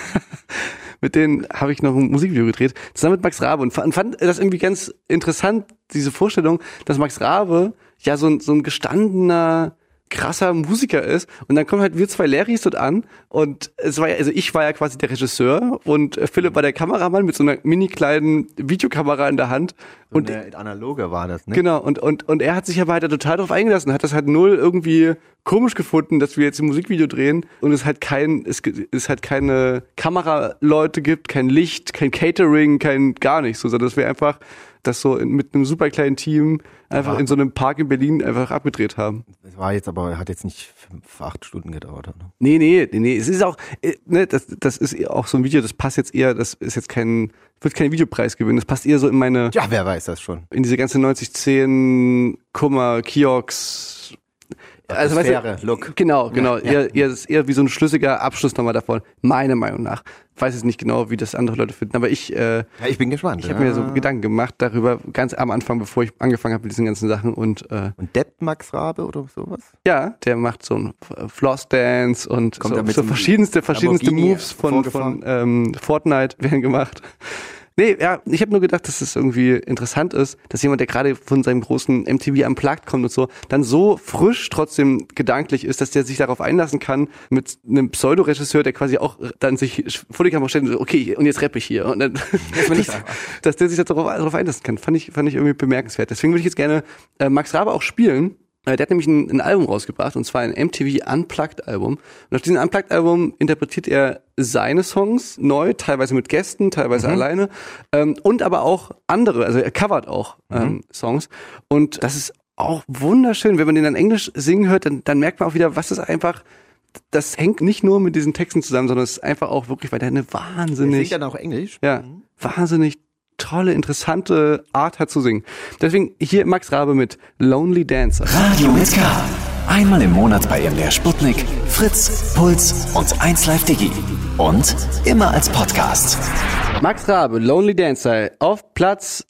mit denen habe ich noch ein Musikvideo gedreht, zusammen mit Max Rabe und fand das irgendwie ganz interessant, diese Vorstellung, dass Max Rabe ja so ein gestandener, krasser Musiker ist und dann kommen halt wir zwei Larrys dort an und ich war ja quasi der Regisseur und Philipp war der Kameramann mit so einer mini kleinen Videokamera in der Hand und analoge war das, ne? genau, und er hat sich aber halt da total drauf eingelassen, hat das halt null irgendwie komisch gefunden, dass wir jetzt ein Musikvideo drehen und es halt keine Kameraleute gibt, kein Licht, kein Catering, kein gar nichts, so, sondern dass wir einfach das so mit einem super kleinen Team einfach in so einem Park in Berlin einfach abgedreht haben. Das war jetzt aber, hat jetzt nicht 8 Stunden gedauert, oder? Nee, es ist auch, das ist auch so ein Video, das passt jetzt eher, das ist jetzt wird keinen Videopreis gewinnen, das passt eher so in meine, Ja, wer weiß das schon. in diese ganze 9010 Kummer, Kiosk, also Atmosphäre, Look. Genau. Ja. Eher ist eher wie so ein schlüssiger Abschluss nochmal davon, meiner Meinung nach. Weiß jetzt nicht genau, wie das andere Leute finden, aber ich bin gespannt. habe mir so Gedanken gemacht darüber, ganz am Anfang, bevor ich angefangen habe mit diesen ganzen Sachen und Depp Max Rabe oder sowas? ja, der macht so ein Floss-Dance und Kommt er mit so so einem verschiedenste Lamborghini Moves von Fortnite werden gemacht. Nee, ja, ich habe nur gedacht, dass es irgendwie interessant ist, dass jemand, der gerade von seinem großen MTV Unplugged kommt und so, dann so frisch trotzdem gedanklich ist, dass der sich darauf einlassen kann mit einem Pseudoregisseur, der quasi auch dann sich vor die Kamera stellt und so, okay, und jetzt rappe ich hier. Und dann, dass der sich darauf einlassen kann, fand ich irgendwie bemerkenswert. Deswegen würde ich jetzt gerne Max Rabe auch spielen. Der hat nämlich ein Album rausgebracht, und zwar ein MTV Unplugged-Album. Und auf diesem Unplugged-Album interpretiert er seine Songs neu, teilweise mit Gästen, teilweise alleine, und aber auch andere, also er covert auch Songs. Und das ist auch wunderschön, wenn man den dann Englisch singen hört, dann merkt man auch wieder, was ist einfach, das hängt nicht nur mit diesen Texten zusammen, sondern es ist einfach auch wirklich, weil der eine wahnsinnig, Singt dann auch Englisch? wahnsinnig tolle, interessante Art hat zu singen. Deswegen hier Max Rabe mit Lonely Dancer. Radio mit K. Einmal im Monat bei MDR Sputnik, Fritz, Puls und 1Live Digi. Und immer als Podcast. Max Rabe, Lonely Dancer, auf Platz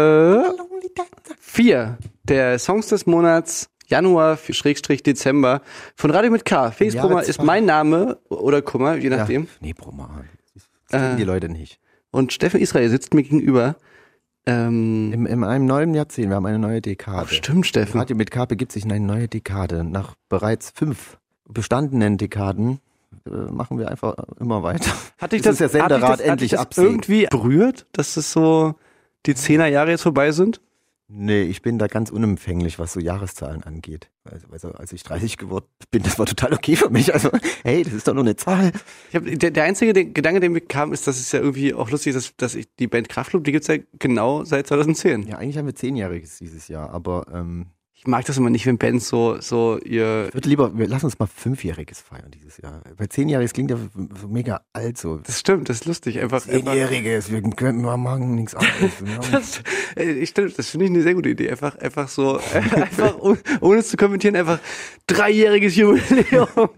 4 der Songs des Monats Januar/Dezember von Radio mit K. Felix Jahre Brummer ist 2. mein Name oder Kummer, je nachdem. Ja. Nee, Brummer. Das kennen die Leute nicht. Und Steffen Israel sitzt mir gegenüber. In einem neuen Jahrzehnt, wir haben eine neue Dekade. Stimmt, Steffen. Radio mit K begibt sich in eine neue Dekade. Nach bereits 5 bestandenen Dekaden machen wir einfach immer weiter. Hat dich Bis der Senderat endlich absägt. irgendwie berührt, dass es so die 10er Jahre jetzt vorbei sind? Nee, ich bin da ganz unempfänglich, was so Jahreszahlen angeht. Also als ich 30 geworden bin, das war total okay für mich. Also, hey, das ist doch nur eine Zahl. Der einzige Gedanke, der mir kam, ist, dass es ja irgendwie auch lustig ist, dass die Band Kraftklub, die gibt's ja genau seit 2010. Ja, eigentlich haben wir 10-Jähriges dieses Jahr, aber Ich mag das immer nicht, wenn Bands so ihr... ich würde lieber, lass uns mal 5-Jähriges feiern dieses Jahr. Bei 10-Jähriges klingt ja so mega alt so. Das stimmt, das ist lustig. Einfach 10-Jähriges, wir machen nichts anderes. Das finde ich eine sehr gute Idee. Einfach so, ohne es zu kommentieren, einfach 3-jähriges Jubiläum.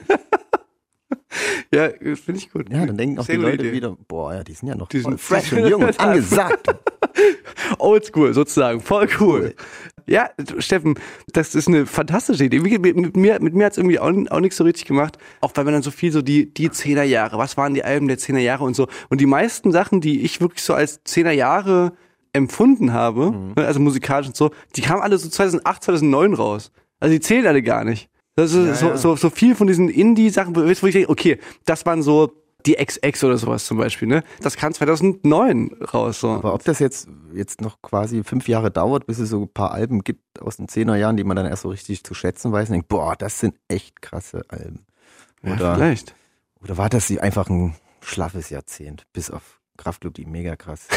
Ja, finde ich gut. Ja, dann denken auch Sehr die gute Leute Idee. wieder, boah, ja, die sind ja noch Die voll sind fresh und jung und angesagt. Oldschool sozusagen, voll cool. Ja, Steffen, das ist eine fantastische Idee. Mit mir hat es irgendwie auch nichts so richtig gemacht. Auch weil man dann so viel so die 10er Jahre, was waren die Alben der 10er Jahre und so. Und die meisten Sachen, die ich wirklich so als 10er Jahre empfunden habe, also musikalisch und so, die kamen alle so 2008, 2009 raus. Also die zählen alle gar nicht. Das ist so viel von diesen Indie-Sachen, wo ich denke, okay, das waren so die XX oder sowas zum Beispiel, ne? Das kam 2009 raus. So. Aber ob das jetzt noch quasi 5 Jahre dauert, bis es so ein paar Alben gibt aus den 10er Jahren, die man dann erst so richtig zu schätzen weiß und denkt, boah, das sind echt krasse Alben. Ja, vielleicht. Oder war das einfach ein schlaffes Jahrzehnt, bis auf Kraftklub, die mega krass.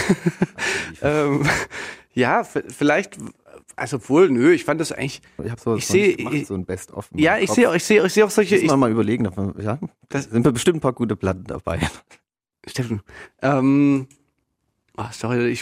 Ja, vielleicht, also obwohl, nö, ich fand das eigentlich. Ich habe so ein Best-of. Ja, ich sehe auch solche. Müssen wir mal überlegen, sind wir bestimmt ein paar gute Platten dabei. Steffen, sorry, ich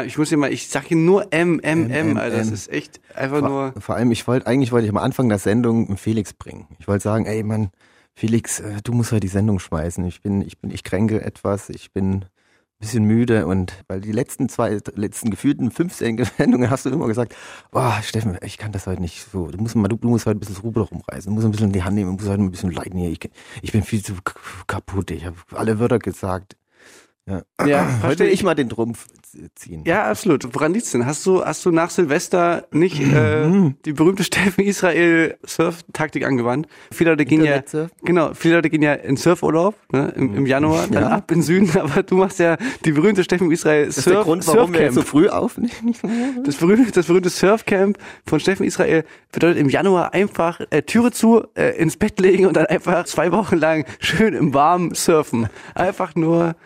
sag hier nur M, Alter, das ist echt einfach nur. Vor allem, eigentlich wollte ich am Anfang der Sendung einen Felix bringen. Ich wollte sagen, ey Mann, Felix, du musst halt die Sendung schmeißen. Ich kränke etwas, ich bin ein bisschen müde und weil die letzten gefühlten 5 Sendungen hast du immer gesagt, boah, Steffen, ich kann das heute nicht so, du musst heute ein bisschen das Ruder rumreißen, du musst ein bisschen in die Hand nehmen, du musst heute ein bisschen leiden hier, ich bin viel zu kaputt, ich habe alle Wörter gesagt. Ja, heute will ich mal den Trumpf ziehen. Ja, absolut. Woran liegt's denn? Hast du nach Silvester nicht die berühmte Steffen Israel Surf-Taktik angewandt? Viele Leute gehen ja in Surfurlaub, ne, im Januar, dann ab in Süden, aber du machst ja die berühmte Steffen Israel Surfcamp. Das ist der Grund, warum wir jetzt so früh aufnehmen. Das berühmte Surfcamp von Steffen Israel bedeutet im Januar einfach Türe zu, ins Bett legen und dann einfach 2 Wochen lang schön im Warmen surfen. Einfach nur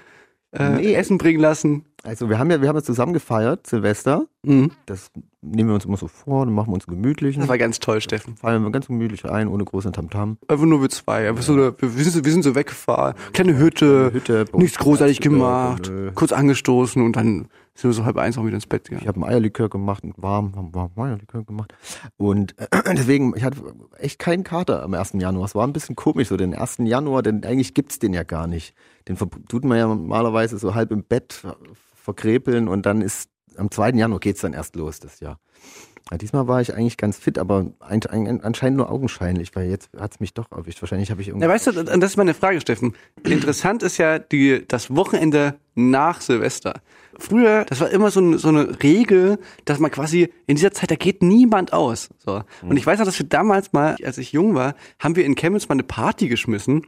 Essen bringen lassen. Also wir haben ja zusammen gefeiert, Silvester. Das nehmen wir uns immer so vor, dann machen wir uns gemütlich. Das war ganz toll, Steffen. Feiern wir ganz gemütlich ein, ohne großen Tamtam. Einfach nur wir 2. Einfach so, wir sind so weggefahren. Kleine Hütte nichts großartig gemacht, kurz angestoßen und dann sind wir so 12:30 auch wieder ins Bett gegangen. Ich habe einen Eierlikör gemacht, warm Eierlikör gemacht. Und deswegen, ich hatte echt keinen Kater am 1. Januar. Es war ein bisschen komisch, so den 1. Januar, denn eigentlich gibt's den ja gar nicht. Den tut man ja normalerweise so halb im Bett verkrepeln und dann am 2. Januar geht's dann erst los, das Jahr. Ja, diesmal war ich eigentlich ganz fit, aber anscheinend nur augenscheinlich, weil jetzt hat's mich doch erwischt. Wahrscheinlich habe ich irgendwie... Ja, weißt du, das ist meine Frage, Steffen. Interessant ist ja das Wochenende nach Silvester. Früher, das war immer so eine Regel, dass man quasi in dieser Zeit, da geht niemand aus. So. Und ich weiß noch, dass wir damals mal, als ich jung war, haben wir in Chemnitz mal eine Party geschmissen.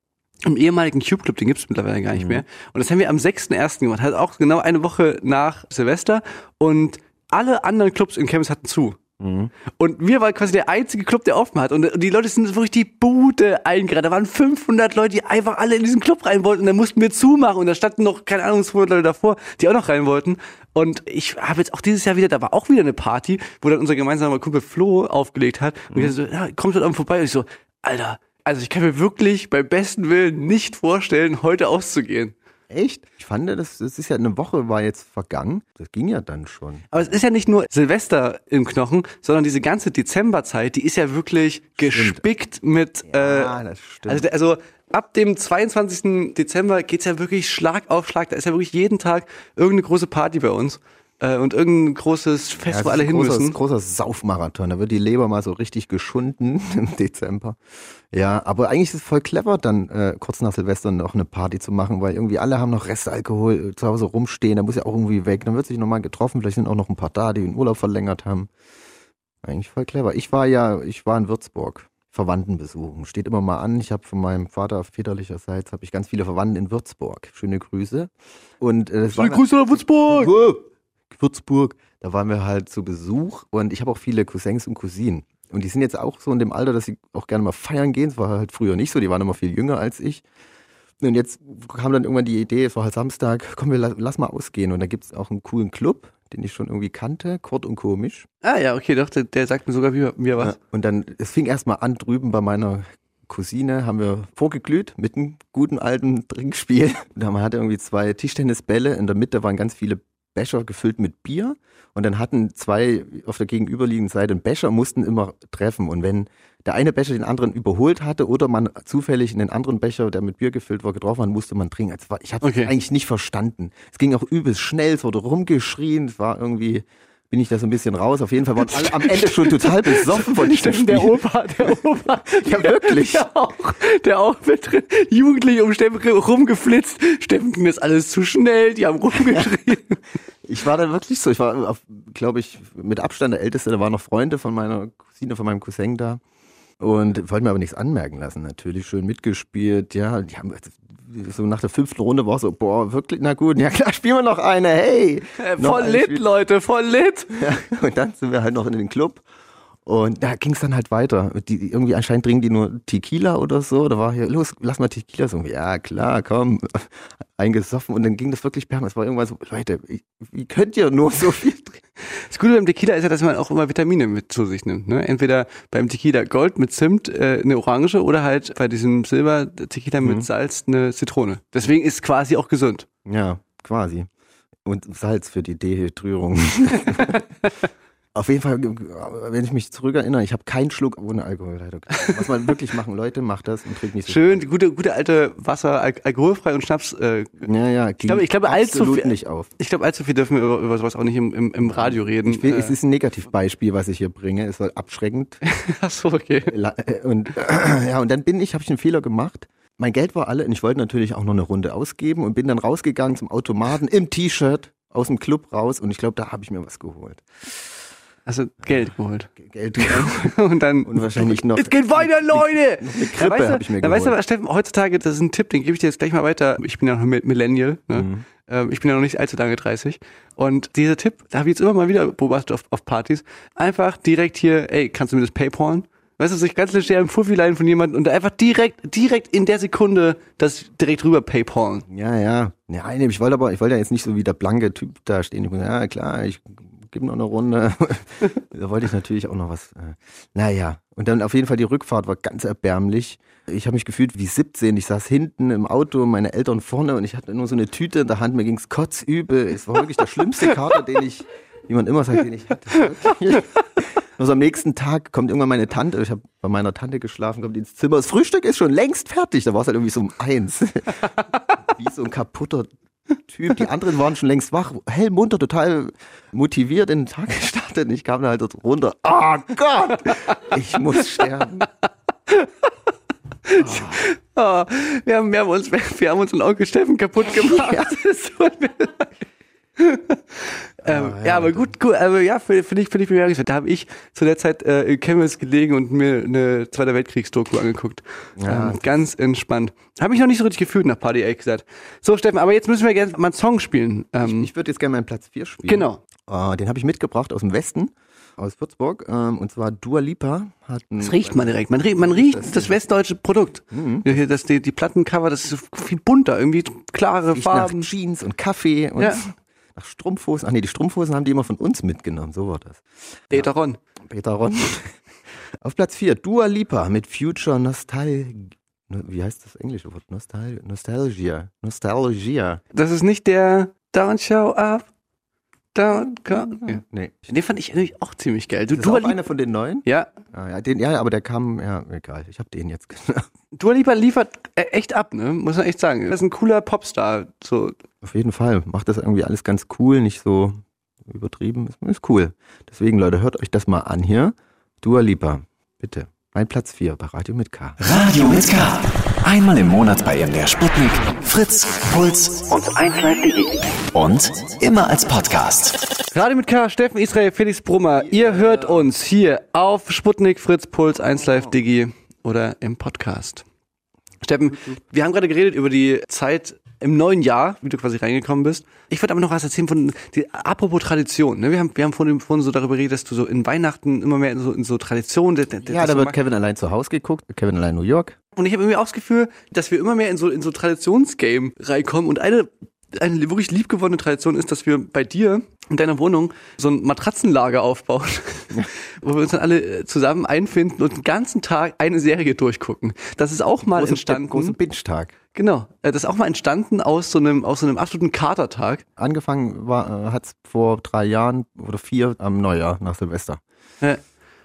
Im ehemaligen Cube Club, den gibt's mittlerweile gar nicht mehr. Und das haben wir am 6.1. gemacht, halt auch genau eine Woche nach Silvester. Und alle anderen Clubs in Chemnitz hatten zu. Und wir waren quasi der einzige Club, der offen hat. Und die Leute sind wirklich die Bude eingerannt. Da waren 500 Leute, die einfach alle in diesen Club rein wollten. Und dann mussten wir zumachen. Und da standen noch, keine Ahnung, 200 Leute davor, die auch noch rein wollten. Und ich habe jetzt auch dieses Jahr wieder, da war auch wieder eine Party, wo dann unser gemeinsamer Kumpel Flo aufgelegt hat. Und ich so, ja, kommt heute Abend vorbei. Und ich so, Alter, also ich kann mir wirklich beim besten Willen nicht vorstellen, heute auszugehen. Echt? Ich fand, das ist ja eine Woche war jetzt vergangen. Das ging ja dann schon. Aber es ist ja nicht nur Silvester im Knochen, sondern diese ganze Dezemberzeit, die ist ja wirklich gespickt mit... das stimmt. Also ab dem 22. Dezember geht's ja wirklich Schlag auf Schlag. Da ist ja wirklich jeden Tag irgendeine große Party bei uns. Und irgendein großes Fest, wo alle hin müssen. Ein großer Saufmarathon, da wird die Leber mal so richtig geschunden im Dezember. Ja, aber eigentlich ist es voll clever, dann kurz nach Silvester noch eine Party zu machen, weil irgendwie alle haben noch Restalkohol zu Hause rumstehen, da muss ja auch irgendwie weg. Dann wird sich nochmal getroffen, vielleicht sind auch noch ein paar da, die den Urlaub verlängert haben. Eigentlich voll clever. Ich war in Würzburg. Verwandten besuchen. Steht immer mal an. Ich habe von meinem Vater väterlicherseits habe ich ganz viele Verwandten in Würzburg. Schöne Grüße. Und Schöne Grüße nach Würzburg! Würzburg, da waren wir halt zu Besuch und ich habe auch viele Cousins und Cousinen. Und die sind jetzt auch so in dem Alter, dass sie auch gerne mal feiern gehen. Das war halt früher nicht so, die waren immer viel jünger als ich. Und jetzt kam dann irgendwann die Idee, es war halt Samstag, komm, lass mal ausgehen. Und da gibt es auch einen coolen Club, den ich schon irgendwie kannte, Kurt und Komisch. Ah ja, okay, doch, der sagt mir sogar mir was. Ja, und dann, es fing erstmal an drüben bei meiner Cousine, haben wir vorgeglüht mit einem guten alten Trinkspiel. Und man hatte irgendwie 2 Tischtennisbälle, in der Mitte waren ganz viele Becher gefüllt mit Bier und dann hatten 2 auf der gegenüberliegenden Seite einen Becher, mussten immer treffen und wenn der eine Becher den anderen überholt hatte oder man zufällig in den anderen Becher, der mit Bier gefüllt war, getroffen hat, musste man trinken. Ich habe es eigentlich nicht verstanden. Es ging auch übelst schnell, es wurde rumgeschrien, es war irgendwie ein bin ich da so ein bisschen raus. Auf jeden Fall waren alle am Ende schon total besoffen von diesem Spiel. Der Opa. Ja, wirklich. Der auch mit Jugendlichen um Steffen rumgeflitzt. Steffen ging das alles zu schnell, die haben rumgeschrien. Ich war da wirklich so, ich war, glaube ich, mit Abstand der Älteste, da waren noch Freunde von meiner Cousine, von meinem Cousin da und wollten mir aber nichts anmerken lassen, natürlich schön mitgespielt, ja, die haben so nach der 5. Runde war so, boah, wirklich, na gut, ja klar, spielen wir noch eine, hey. Voll lit, Leute, voll lit. Ja, und dann sind wir halt noch in den Club. Und da ging es dann halt weiter. Irgendwie anscheinend trinken die nur Tequila oder so. Da war hier, los, lass mal Tequila. So, ja, klar, komm. Eingesoffen. Und dann ging das wirklich permanent. Es war irgendwann so, Leute, wie könnt ihr nur so viel trinken? Das Gute beim Tequila ist ja, dass man auch immer Vitamine mit zu sich nimmt. Ne? Entweder beim Tequila Gold mit Zimt eine Orange oder halt bei diesem Silber-Tequila mit Salz eine Zitrone. Deswegen ist es quasi auch gesund. Ja, quasi. Und Salz für die Dehydrierung. Auf jeden Fall, wenn ich mich zurückerinnere, ich habe keinen Schluck ohne Alkohol. Was man wirklich machen, Leute, macht das und trinkt nicht so schön, gute alte Wasser, alkoholfrei und Schnaps. Ja, ich glaube allzu viel nicht auf. Ich glaube, allzu viel dürfen wir über sowas auch nicht im Radio reden. Es ist ein Negativbeispiel, was ich hier bringe. Es war abschreckend. Ach so, okay. Und dann habe ich einen Fehler gemacht. Mein Geld war alle und ich wollte natürlich auch noch eine Runde ausgeben und bin dann rausgegangen zum Automaten im T-Shirt aus dem Club raus und ich glaube, da habe ich mir was geholt. Also Geld geholt. Geld geholt. Und wahrscheinlich noch. Es geht weiter, Leute! Eine Krippe habe ich mir geholt. Weißt du, Steffen, heutzutage, das ist ein Tipp, den gebe ich dir jetzt gleich mal weiter. Ich bin ja noch Millennial, ne? Ich bin ja noch nicht allzu lange 30. Und dieser Tipp, da habe ich jetzt immer mal wieder beobachtet auf Partys, einfach direkt hier, ey, kannst du mir das PayPalen? Weißt du, sich ganz leger im Fuffi leihen von jemandem und einfach direkt in der Sekunde das direkt rüber PayPalen. Ja, ich wollte ja jetzt nicht so wie der blanke Typ da stehen. Ich muss, ja klar, ich gebe noch eine Runde. Da wollte ich natürlich auch noch was. Naja, und dann auf jeden Fall die Rückfahrt war ganz erbärmlich. Ich habe mich gefühlt wie 17. Ich saß hinten im Auto, meine Eltern vorne und ich hatte nur so eine Tüte in der Hand. Mir ging's kotzübel. Es war wirklich der schlimmste Kater, wie man immer sagt, den ich hatte. Nur so am nächsten Tag kommt irgendwann meine Tante, ich habe bei meiner Tante geschlafen, kommt ins Zimmer, das Frühstück ist schon längst fertig. Da war es halt irgendwie so um 1. Wie so ein kaputter Typ. Die anderen waren schon längst wach, hellmunter, total motiviert in den Tag gestartet. Und ich kam da halt dort runter. Oh Gott, ich muss sterben. Oh, wir haben uns einen Onkel Steffen kaputt gemacht. Ja. Das tut mir leid. Aber gut, aber ja, finde ich bemerkenswert. Da habe ich zu der Zeit in Chemnitz gelegen und mir eine Zweite Weltkriegsdoku angeguckt. Ja, ganz entspannt. Habe mich noch nicht so richtig gefühlt nach Party, ehrlich gesagt. So, Steffen, aber jetzt müssen wir gerne mal einen Song spielen. Ich würde jetzt gerne meinen Platz 4 spielen. Genau. Den habe ich mitgebracht aus dem Westen, aus Würzburg. Und zwar Dua Lipa. Das riecht man direkt. Man riecht das westdeutsche Produkt. Die Plattencover, das ist so viel bunter, irgendwie klare Farben. Nach Jeans und Kaffee und nach Strumpfhosen. Ach nee, die Strumpfhosen haben die immer von uns mitgenommen, so war das. Peter Ron. Auf Platz 4, Dua Lipa mit Future Nostalgia. Wie heißt das englische Wort? Nostalgia. Das ist nicht der Don't Show Up, Don't Come. Ja. Nee. Den fand ich eigentlich auch ziemlich geil. Ist das auch einer von den neuen? Ja. Aber der kam, egal, ich habe den jetzt genommen. Dua Lipa liefert echt ab, ne? Muss man echt sagen. Das ist ein cooler Popstar. So. Auf jeden Fall. Macht das irgendwie alles ganz cool, nicht so übertrieben. Ist cool. Deswegen, Leute, hört euch das mal an hier. Dua Lipa, bitte. Mein Platz 4 bei Radio mit K. Radio mit K. Einmal im Monat bei MDR Sputnik, Fritz, Puls und 1Live.de. Und immer als Podcast. Radio mit K, Steffen Israel, Felix Brummer. Ihr hört uns hier auf Sputnik, Fritz, Puls, 1Live.de oder im Podcast. Steffen, wir haben gerade geredet über die Zeit im neuen Jahr, wie du quasi reingekommen bist. Ich würde aber noch was erzählen apropos Tradition. Ne? Wir haben vorhin so darüber geredet, dass du so in Weihnachten immer mehr in so Tradition. Da wird Kevin allein zu Hause geguckt, Kevin allein New York. Und ich habe irgendwie auch das Gefühl, dass wir immer mehr in so Traditionsgame reinkommen. Und eine wirklich liebgewonnene Tradition ist, dass wir bei dir in deiner Wohnung so ein Matratzenlager aufbauen, wo wir uns dann alle zusammen einfinden und den ganzen Tag eine Serie durchgucken. Das ist auch mal entstanden. Großen Binge-Tag. Genau. Das ist auch mal entstanden aus so einem absoluten Katertag. Angefangen hat's vor 3 Jahren oder 4 am Neujahr nach Silvester. Ja.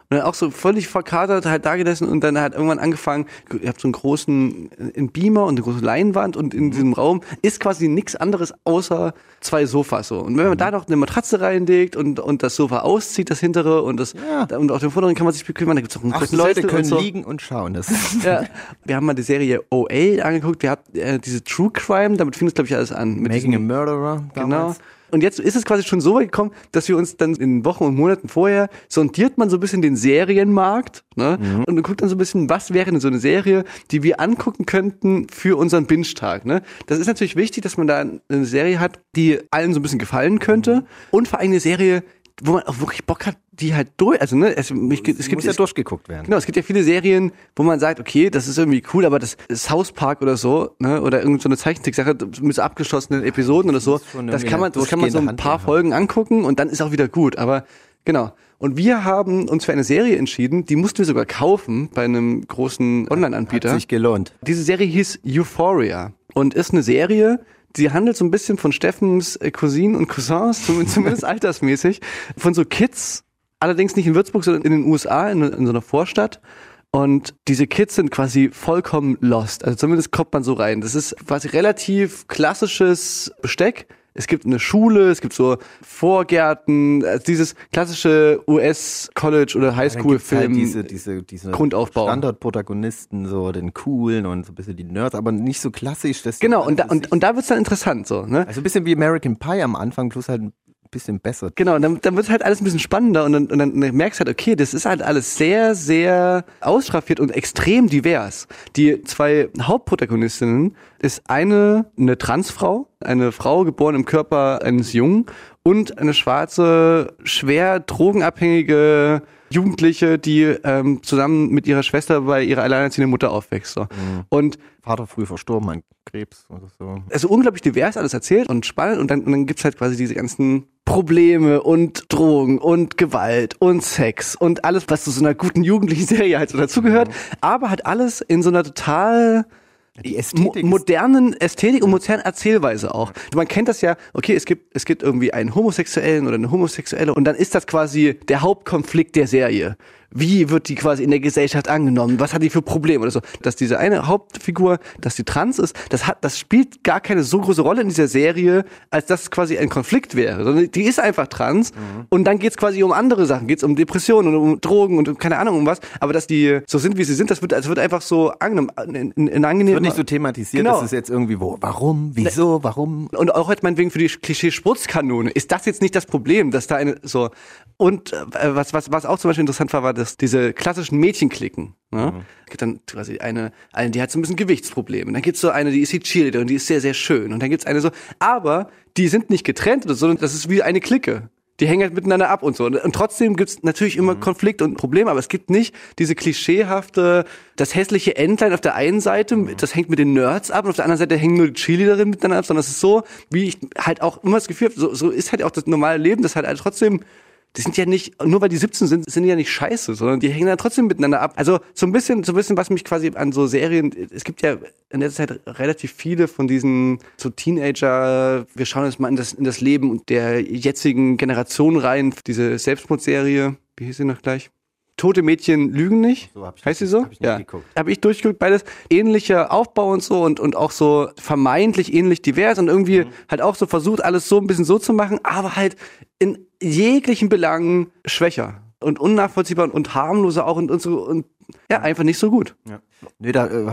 dann auch so völlig verkatert halt da gesessen und dann hat irgendwann angefangen, ihr habt so einen großen Beamer und eine große Leinwand und in diesem Raum ist quasi nichts anderes außer 2 Sofas so. Und wenn man da noch eine Matratze reinlegt und das Sofa auszieht, das hintere und und auf dem vorderen kann man sich bequemen, da gibt es auch einen großen Leute Leuchte können und so. liegen und schauen. Das Ja. Wir haben mal die Serie OA angeguckt, wir hatten diese True Crime, damit fing es glaube ich alles an. Mit Making a diesem- Murderer Genau. damals. Und jetzt ist es quasi schon so weit gekommen, dass wir uns dann in Wochen und Monaten vorher sondiert man so ein bisschen den Serienmarkt, ne? Und du guckst dann so ein bisschen, was wäre denn so eine Serie, die wir angucken könnten für unseren Binge-Tag, ne? Das ist natürlich wichtig, dass man da eine Serie hat, die allen so ein bisschen gefallen könnte und vor allem eine Serie, wo man auch wirklich Bock hat, die halt durch, also ne, es gibt Muss ja durchgeguckt werden. Genau, es gibt ja viele Serien, wo man sagt, okay, das ist irgendwie cool, aber das South Park oder so, ne, oder irgend so eine Zeichentricksache mit so abgeschlossenen Episoden oder so, schon das irgendwie kann man so ein durchgehende paar Handlung Folgen angucken und dann ist auch wieder gut, aber genau. Und wir haben uns für eine Serie entschieden, die mussten wir sogar kaufen bei einem großen Online-Anbieter. Hat sich gelohnt. Diese Serie hieß Euphoria und ist eine Serie, die handelt so ein bisschen von Steffens Cousinen und Cousins, zumindest altersmäßig, von so Kids, allerdings nicht in Würzburg, sondern in den USA, in so einer Vorstadt. Und diese Kids sind quasi vollkommen lost. Also zumindest kommt man so rein. Das ist quasi relativ klassisches Besteck. Es gibt eine Schule, es gibt so Vorgärten, also dieses klassische US-College- oder Highschool-Film. Halt diese Grundaufbau. Standardprotagonisten, so den coolen und so ein bisschen die Nerds, aber nicht so klassisch. Das Genau, und da wird's dann interessant so, ne? also ein bisschen wie American Pie am Anfang, plus halt ein bisschen besser. Genau, und dann wird halt alles ein bisschen spannender und dann merkst du halt, okay, das ist halt alles sehr, sehr ausschraffiert und extrem divers. Die 2 Hauptprotagonistinnen ist eine Transfrau, eine Frau geboren im Körper eines Jungen und eine schwarze, schwer drogenabhängige Jugendliche, die zusammen mit ihrer Schwester bei ihrer alleinerziehenden Mutter aufwächst. So. Und Vater früh verstorben an Krebs oder so. also unglaublich divers alles erzählt und spannend und dann gibt's halt quasi diese ganzen Probleme und Drogen und Gewalt und Sex und alles, was zu so einer guten jugendlichen Serie halt so dazugehört, aber halt alles in so einer total Die Ästhetik modernen Ästhetik und modernen Erzählweise auch. Man kennt das ja, okay, es gibt irgendwie einen Homosexuellen oder eine Homosexuelle und dann ist das quasi der Hauptkonflikt der Serie. Wie wird die quasi in der Gesellschaft angenommen? Was hat die für Probleme oder so? Dass diese eine Hauptfigur, dass die trans ist, das spielt gar keine so große Rolle in dieser Serie, als dass es quasi ein Konflikt wäre. Sondern die ist einfach trans und dann geht's quasi um andere Sachen. Geht's um Depressionen und um Drogen und um keine Ahnung um was. Aber dass die so sind, wie sie sind, das wird einfach so angenommen, in angenehm. wird nicht so thematisiert, Genau. dass es jetzt irgendwie warum, wieso, warum. Und auch halt meinetwegen für die Klischee-Spurzkanone ist das jetzt nicht das Problem, dass da eine so. Und was auch zum Beispiel interessant war dass diese klassischen Mädchenklicken. Ne? Es gibt dann quasi eine, die hat so ein bisschen Gewichtsprobleme. Und dann gibt's so eine, die ist die Cheerleader und die ist sehr, sehr schön. Und dann gibt's eine so, aber die sind nicht getrennt, sondern das ist wie eine Clique. Die hängen halt miteinander ab und so. Und trotzdem gibt's natürlich immer Konflikt und Probleme, aber es gibt nicht diese klischeehafte, das hässliche Entlein auf der einen Seite, das hängt mit den Nerds ab und auf der anderen Seite hängen nur die Cheerleaderinnen miteinander ab, sondern es ist so, wie ich halt auch immer das Gefühl habe, so ist halt auch das normale Leben, das halt trotzdem, die sind ja nicht, nur weil die 17 sind die ja nicht scheiße, sondern die hängen dann trotzdem miteinander ab. Also so ein bisschen, was mich quasi an so Serien, es gibt ja in der Zeit relativ viele von diesen so Teenager, wir schauen uns mal in das Leben der jetzigen Generation rein, diese Selbstmordserie, wie hieß sie noch gleich? Tote Mädchen lügen nicht. So, hab ich heißt sie nicht- so? hab ich nicht geguckt. Habe ich durchgeguckt, beides ähnlicher Aufbau und so und auch so vermeintlich ähnlich divers und irgendwie halt auch so versucht, alles so ein bisschen so zu machen, aber halt in jeglichen Belangen schwächer und unnachvollziehbar und harmloser auch und so und ja, einfach nicht so gut. Ja. Nee,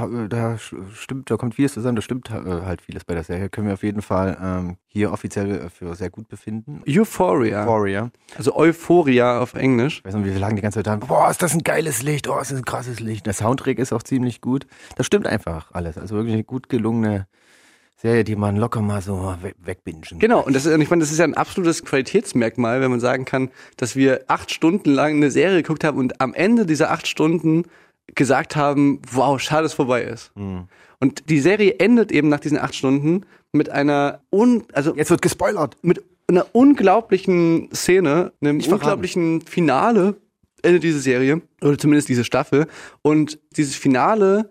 da stimmt, da kommt vieles zusammen, da stimmt halt vieles bei der Serie. Können wir auf jeden Fall hier offiziell für sehr gut befinden. Euphoria. Euphoria. Also Euphoria auf Englisch. Ich weiß nicht, wie wir lagen die ganze Zeit da, boah, ist das ein geiles Licht, oh, ist das ein krasses Licht. Der Soundtrack ist auch ziemlich gut. Das stimmt einfach alles. Also wirklich eine gut gelungene Serie, die man locker mal so wegbingen kann. Genau, und ich meine, das ist ja ein absolutes Qualitätsmerkmal, wenn man sagen kann, dass wir 8 Stunden lang eine Serie geguckt haben und am Ende dieser 8 Stunden gesagt haben, wow, schade, dass es vorbei ist. Und die Serie endet eben nach diesen 8 Stunden mit einer Jetzt wird gespoilert. mit einer unglaublichen Szene, einem Nicht verraten. unglaublichen Finale endet diese Serie, oder zumindest diese Staffel. Und dieses Finale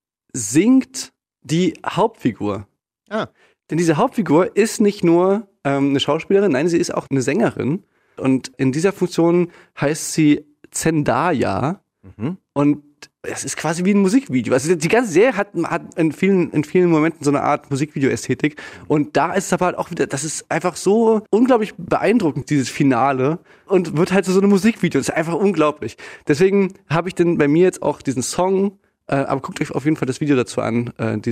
singt die Hauptfigur. Ah. Denn diese Hauptfigur ist nicht nur eine Schauspielerin, nein, sie ist auch eine Sängerin. Und in dieser Funktion heißt sie Zendaya. Und es ist quasi wie ein Musikvideo. Also die ganze Serie hat in vielen Momenten so eine Art Musikvideo-Ästhetik. Und da ist es aber halt auch wieder, das ist einfach so unglaublich beeindruckend, dieses Finale. Und wird halt so eine Musikvideo. Das ist einfach unglaublich. Deswegen habe ich dann bei mir jetzt auch diesen Song. Aber guckt euch auf jeden Fall das Video dazu an. Guckt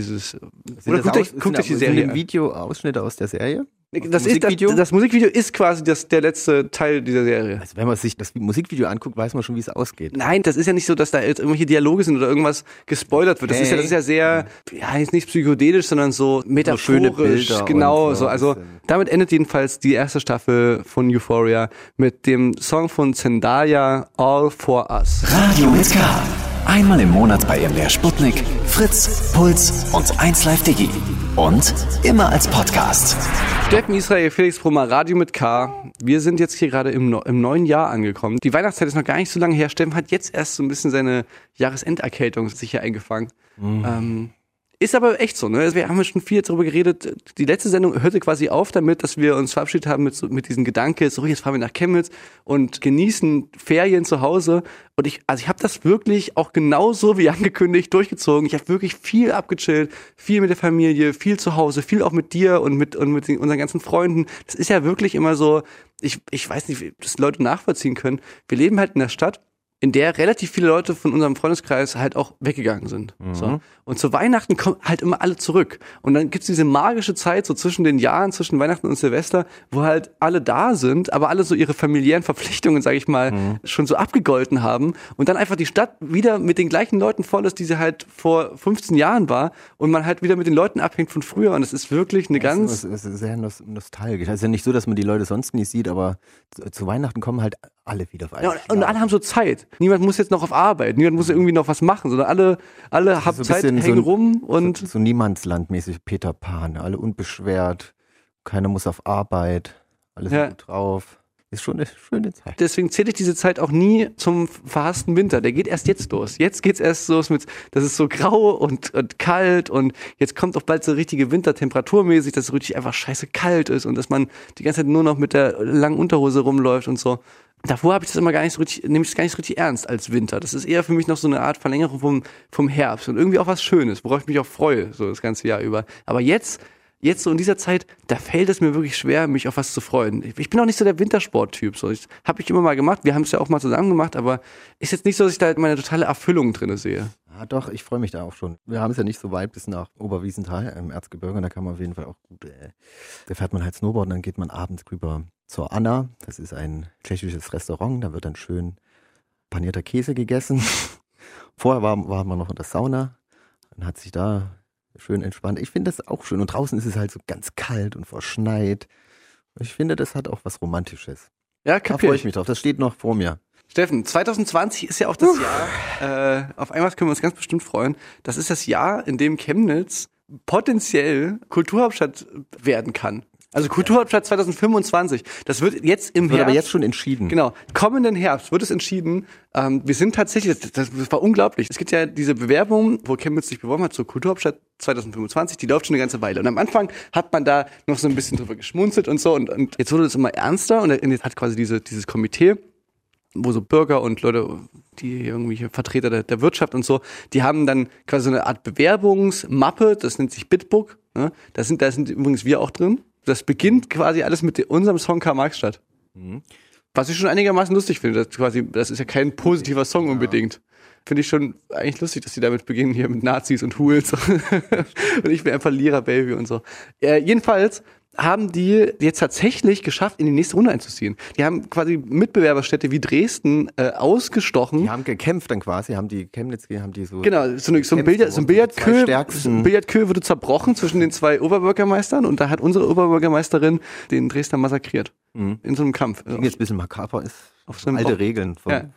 euch die Serie an. Videoausschnitte aus der Serie? Das Musikvideo ist quasi der letzte Teil dieser Serie. Also wenn man sich das Musikvideo anguckt, weiß man schon, wie es ausgeht. Nein, das ist ja nicht so, dass da jetzt irgendwelche Dialoge sind oder irgendwas gespoilert wird. Das ist ja sehr, jetzt nicht psychedelisch, sondern so metaphorisch. So schöne Bilder genau, so. Also damit endet jedenfalls die erste Staffel von Euphoria mit dem Song von Zendaya, All for Us. Radio mit K. Einmal im Monat bei MDR Sputnik, Fritz, Puls und 1Live Digi. Und immer als Podcast. Steffen Israel, Felix Brummer, Radio mit K. Wir sind jetzt hier gerade im neuen Jahr angekommen. Die Weihnachtszeit ist noch gar nicht so lange her. Steffen hat jetzt erst so ein bisschen seine Jahresenderkältung sicher eingefangen. Ist aber echt so, ne? Wir haben ja schon viel darüber geredet. Die letzte Sendung hörte quasi auf damit, dass wir uns verabschiedet haben mit diesem Gedanke, so jetzt fahren wir nach Chemnitz und genießen Ferien zu Hause. Und ich habe das wirklich auch genauso wie angekündigt durchgezogen. Ich habe wirklich viel abgechillt, viel mit der Familie, viel zu Hause, viel auch mit dir und mit unseren ganzen Freunden. Das ist ja wirklich immer so, ich weiß nicht, dass Leute nachvollziehen können. Wir leben halt in der Stadt, in der relativ viele Leute von unserem Freundeskreis halt auch weggegangen sind. So. Und zu Weihnachten kommen halt immer alle zurück. Und dann gibt's diese magische Zeit so zwischen den Jahren, zwischen Weihnachten und Silvester, wo halt alle da sind, aber alle so ihre familiären Verpflichtungen, sage ich mal, schon so abgegolten haben. Und dann einfach die Stadt wieder mit den gleichen Leuten voll ist, die sie halt vor 15 Jahren war. Und man halt wieder mit den Leuten abhängt von früher. Und es ist wirklich eine Es ist sehr nostalgisch. Es ist ja nicht so, dass man die Leute sonst nie sieht, aber zu Weihnachten kommen halt alle wieder auf einen. Ja, und alle haben so Zeit. Niemand muss jetzt noch auf Arbeit, niemand muss irgendwie noch was machen, sondern alle haben Zeit, hängen rum und so niemandslandmäßig Peter Pan, alle unbeschwert, keiner muss auf Arbeit, alles gut drauf. Ist schon eine schöne Zeit. Deswegen zähle ich diese Zeit auch nie zum verhassten Winter. Der geht erst jetzt los. Jetzt geht's erst los mit, das ist so grau und kalt und jetzt kommt auch bald so richtige Wintertemperaturmäßig, dass es richtig einfach scheiße kalt ist und dass man die ganze Zeit nur noch mit der langen Unterhose rumläuft und so. Davor habe ich das immer nehme ich das gar nicht so richtig ernst als Winter. Das ist eher für mich noch so eine Art Verlängerung vom Herbst und irgendwie auch was Schönes, worauf ich mich auch freue, so das ganze Jahr über. Aber jetzt so in dieser Zeit, da fällt es mir wirklich schwer, mich auf was zu freuen. Ich bin auch nicht so der Wintersport-Typ. So. Habe ich immer mal gemacht. Wir haben es ja auch mal zusammen gemacht, aber ist jetzt nicht so, dass ich da meine totale Erfüllung drin sehe. Ja, doch, ich freue mich da auch schon. Wir haben es ja nicht so weit bis nach Oberwiesenthal im Erzgebirge und da kann man auf jeden Fall auch gut, da fährt man halt Snowboard und dann geht man abends rüber zur Anna. Das ist ein tschechisches Restaurant, da wird dann schön panierter Käse gegessen. Vorher war man noch in der Sauna und hat sich da schön entspannt. Ich finde das auch schön. Und draußen ist es halt so ganz kalt und verschneit. Ich finde, das hat auch was Romantisches. Ja, da freue ich mich drauf. Das steht noch vor mir. Steffen, 2020 ist ja auch das Jahr, auf einmal können wir uns ganz bestimmt freuen. Das ist das Jahr, in dem Chemnitz potenziell Kulturhauptstadt werden kann. Also Kulturhauptstadt 2025. Das wird jetzt im Herbst. Wird aber jetzt schon entschieden. Genau. Kommenden Herbst wird es entschieden. Wir sind tatsächlich, das war unglaublich. Es gibt ja diese Bewerbung, wo Chemnitz sich beworben hat zur Kulturhauptstadt 2025. Die läuft schon eine ganze Weile. Und am Anfang hat man da noch so ein bisschen drüber geschmunzelt und so. Und jetzt wurde es immer ernster. Und jetzt hat quasi dieses Komitee, wo so Bürger und Leute, die irgendwelche Vertreter der Wirtschaft und so, die haben dann quasi so eine Art Bewerbungsmappe. Das nennt sich Bitbook. Ne? Da sind übrigens wir auch drin. Das beginnt quasi alles mit unserem Song Karl-Marx-Stadt. Was ich schon einigermaßen lustig finde. Das ist ja kein positiver Song unbedingt. Finde ich schon eigentlich lustig, dass die damit beginnen, hier mit Nazis und Hools. Und ich bin einfach Lira-Baby und so. Jedenfalls haben die jetzt tatsächlich geschafft, in die nächste Runde einzuziehen. Die haben quasi Mitbewerberstädte wie Dresden ausgestochen. Die haben gekämpft dann quasi, haben die so... Genau, so ein Billardkö wurde zerbrochen zwischen den zwei Oberbürgermeistern und da hat unsere Oberbürgermeisterin den Dresdner massakriert. In so einem Kampf. Klingt jetzt ein bisschen makaber, ist auf so einem alte Regeln.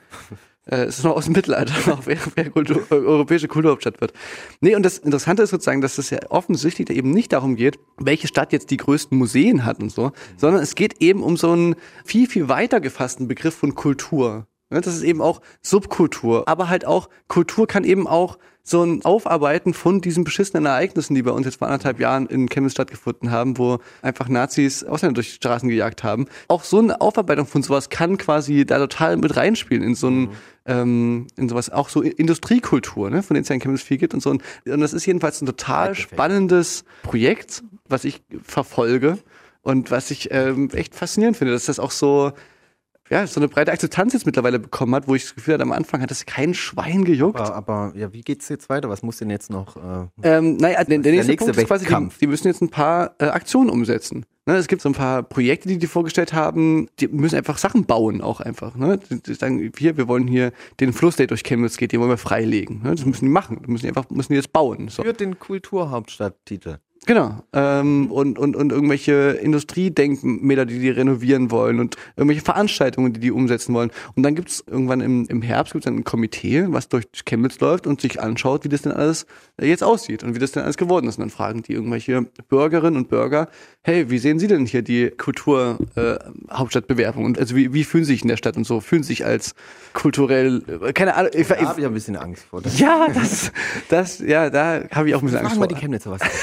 Es ist noch aus dem Mittelalter, noch wer europäische Kulturhauptstadt wird. Nee, und das Interessante ist sozusagen, dass es ja offensichtlich eben nicht darum geht, welche Stadt jetzt die größten Museen hat und so, sondern es geht eben um so einen viel, viel weiter gefassten Begriff von Kultur. Ne? Das ist eben auch Subkultur. Aber halt auch, Kultur kann eben auch so ein Aufarbeiten von diesen beschissenen Ereignissen, die bei uns jetzt vor 1,5 Jahren in Chemnitz stattgefunden haben, wo einfach Nazis Ausländer durch die Straßen gejagt haben. Auch so eine Aufarbeitung von sowas kann quasi da total mit reinspielen in so ein in sowas, auch so Industriekultur, ne, von denen es ja in Chemnitz viel gibt und so. Und das ist jedenfalls ein total spannendes Projekt, was ich verfolge und was ich echt faszinierend finde, dass das auch so eine breite Akzeptanz jetzt mittlerweile bekommen hat, wo ich das Gefühl hatte, am Anfang hat das kein Schwein gejuckt. Aber ja, wie geht's jetzt weiter? Was muss denn jetzt noch? Der nächste Punkt ist quasi, die müssen jetzt ein paar Aktionen umsetzen. Ne, es gibt so ein paar Projekte, die vorgestellt haben, die müssen einfach Sachen bauen auch einfach. Ne? Die sagen, wir wollen hier den Fluss, der durch Chemnitz geht, den wollen wir freilegen. Ne? Das müssen die machen, müssen die jetzt bauen. So. Für den Kulturhauptstadttitel. Genau. Und irgendwelche Industriedenkmäler, die renovieren wollen und irgendwelche Veranstaltungen, die umsetzen wollen. Und dann gibt's irgendwann im Herbst gibt's dann ein Komitee, was durch Chemnitz läuft und sich anschaut, wie das denn alles jetzt aussieht und wie das denn alles geworden ist. Und dann fragen die irgendwelche Bürgerinnen und Bürger, hey, wie sehen Sie denn hier die Kulturhauptstadtbewerbung? Und also wie fühlen Sie sich in der Stadt und so? Fühlen Sie sich als kulturell, keine Ahnung. Da habe ich ein bisschen Angst vor. Ja, da habe ich auch ein bisschen Angst vor. Mal die Chemnitzer was.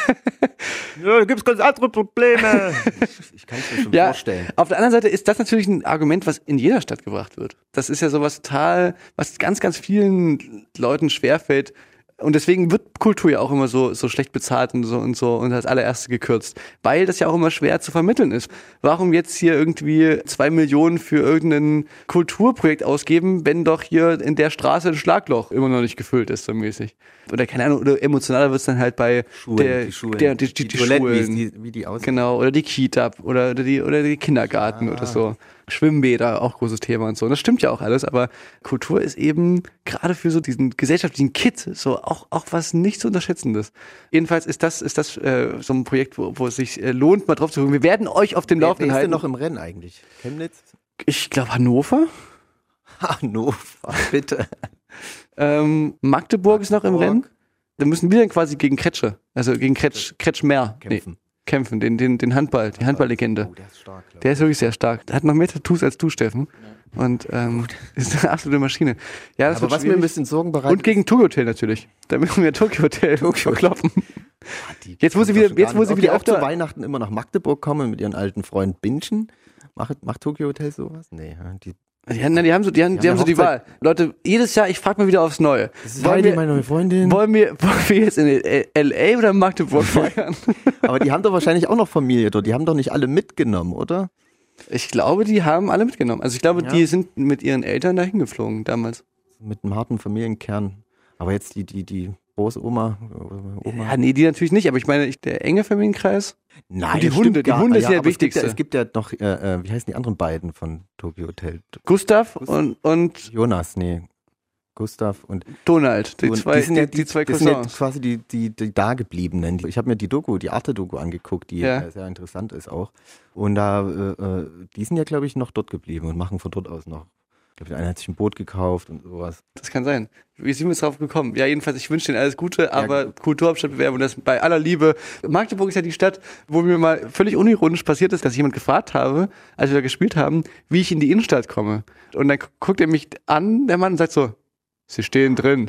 Ja, da gibt's ganz andere Probleme. Ich kann es mir schon vorstellen. Auf der anderen Seite ist das natürlich ein Argument, was in jeder Stadt gebracht wird. Das ist ja sowas total, was ganz, ganz vielen Leuten schwerfällt. Und deswegen wird Kultur ja auch immer so schlecht bezahlt und als allererste gekürzt. Weil das ja auch immer schwer zu vermitteln ist. Warum jetzt hier irgendwie 2 Millionen für irgendein Kulturprojekt ausgeben, wenn doch hier in der Straße ein Schlagloch immer noch nicht gefüllt ist, so mäßig. Oder keine Ahnung, oder emotionaler wird's dann halt bei die Schulen. Wie die aussehen. Genau, oder die Kita oder die Kindergarten oder so. Schwimmbäder, auch großes Thema und so. Und das stimmt ja auch alles, aber Kultur ist eben gerade für so diesen gesellschaftlichen Kit so auch was nicht zu unterschätzendes. Jedenfalls ist das so ein Projekt, wo es sich lohnt, mal drauf zu gucken. Wir werden euch auf den Laufenden halten. Wer ist denn noch im Rennen eigentlich? Chemnitz? Ich glaube Hannover. Hannover, bitte. Magdeburg ist noch im Rennen. Da müssen wir dann quasi gegen Kretsche, also gegen Kretschmer kämpfen, den Handball, die Handballlegende. Oh, der ist stark. Der ist wirklich sehr stark. Der hat noch mehr Tattoos als du, Steffen. Ja. Und ist eine absolute Maschine. Ja, das aber was mir ein bisschen Sorgen bereitet. Und gegen Tokyo Hotel natürlich. Da müssen wir Tokyo Hotel kloppen. Jetzt muss sie wieder auch zu Weihnachten immer nach Magdeburg kommen mit ihren alten Freund Binchen. Macht Tokyo Hotel sowas? Nee, die haben so die Wahl. Leute, jedes Jahr, ich frage mal wieder aufs Neue. Das ist Heidi, meine neue Freundin. Wollen wir jetzt in L.A. oder Magdeburg feiern? Aber die haben doch wahrscheinlich auch noch Familie dort. Die haben doch nicht alle mitgenommen, oder? Ich glaube, die haben alle mitgenommen. Also ich glaube, die sind mit ihren Eltern dahin geflogen damals. Mit einem harten Familienkern. Aber jetzt die Großoma. Ja, nee, die natürlich nicht. Aber ich meine, der enge Familienkreis. Nein, die Hunde sind ja der wichtigste. Es gibt ja noch, wie heißen die anderen beiden von Tokyo Hotel? Gustav und Jonas, nee. Gustav und Donald, die zwei Cousins. Das sind ja quasi die Dagebliebenen. Ich habe mir die Arte-Doku angeguckt, die sehr interessant ist auch. Und da, die sind ja, glaube ich, noch dort geblieben und machen von dort aus noch. Ich glaube, der eine hat sich ein Boot gekauft und sowas. Das kann sein. Wie sind wir jetzt drauf gekommen? Ja, jedenfalls, ich wünsche denen alles Gute, aber Kulturhauptstadtbewerbung, das bei aller Liebe. Magdeburg ist ja die Stadt, wo mir mal völlig unironisch passiert ist, dass ich jemand gefragt habe, als wir da gespielt haben, wie ich in die Innenstadt komme. Und dann guckt er mich an, der Mann, und sagt so, Sie stehen drin.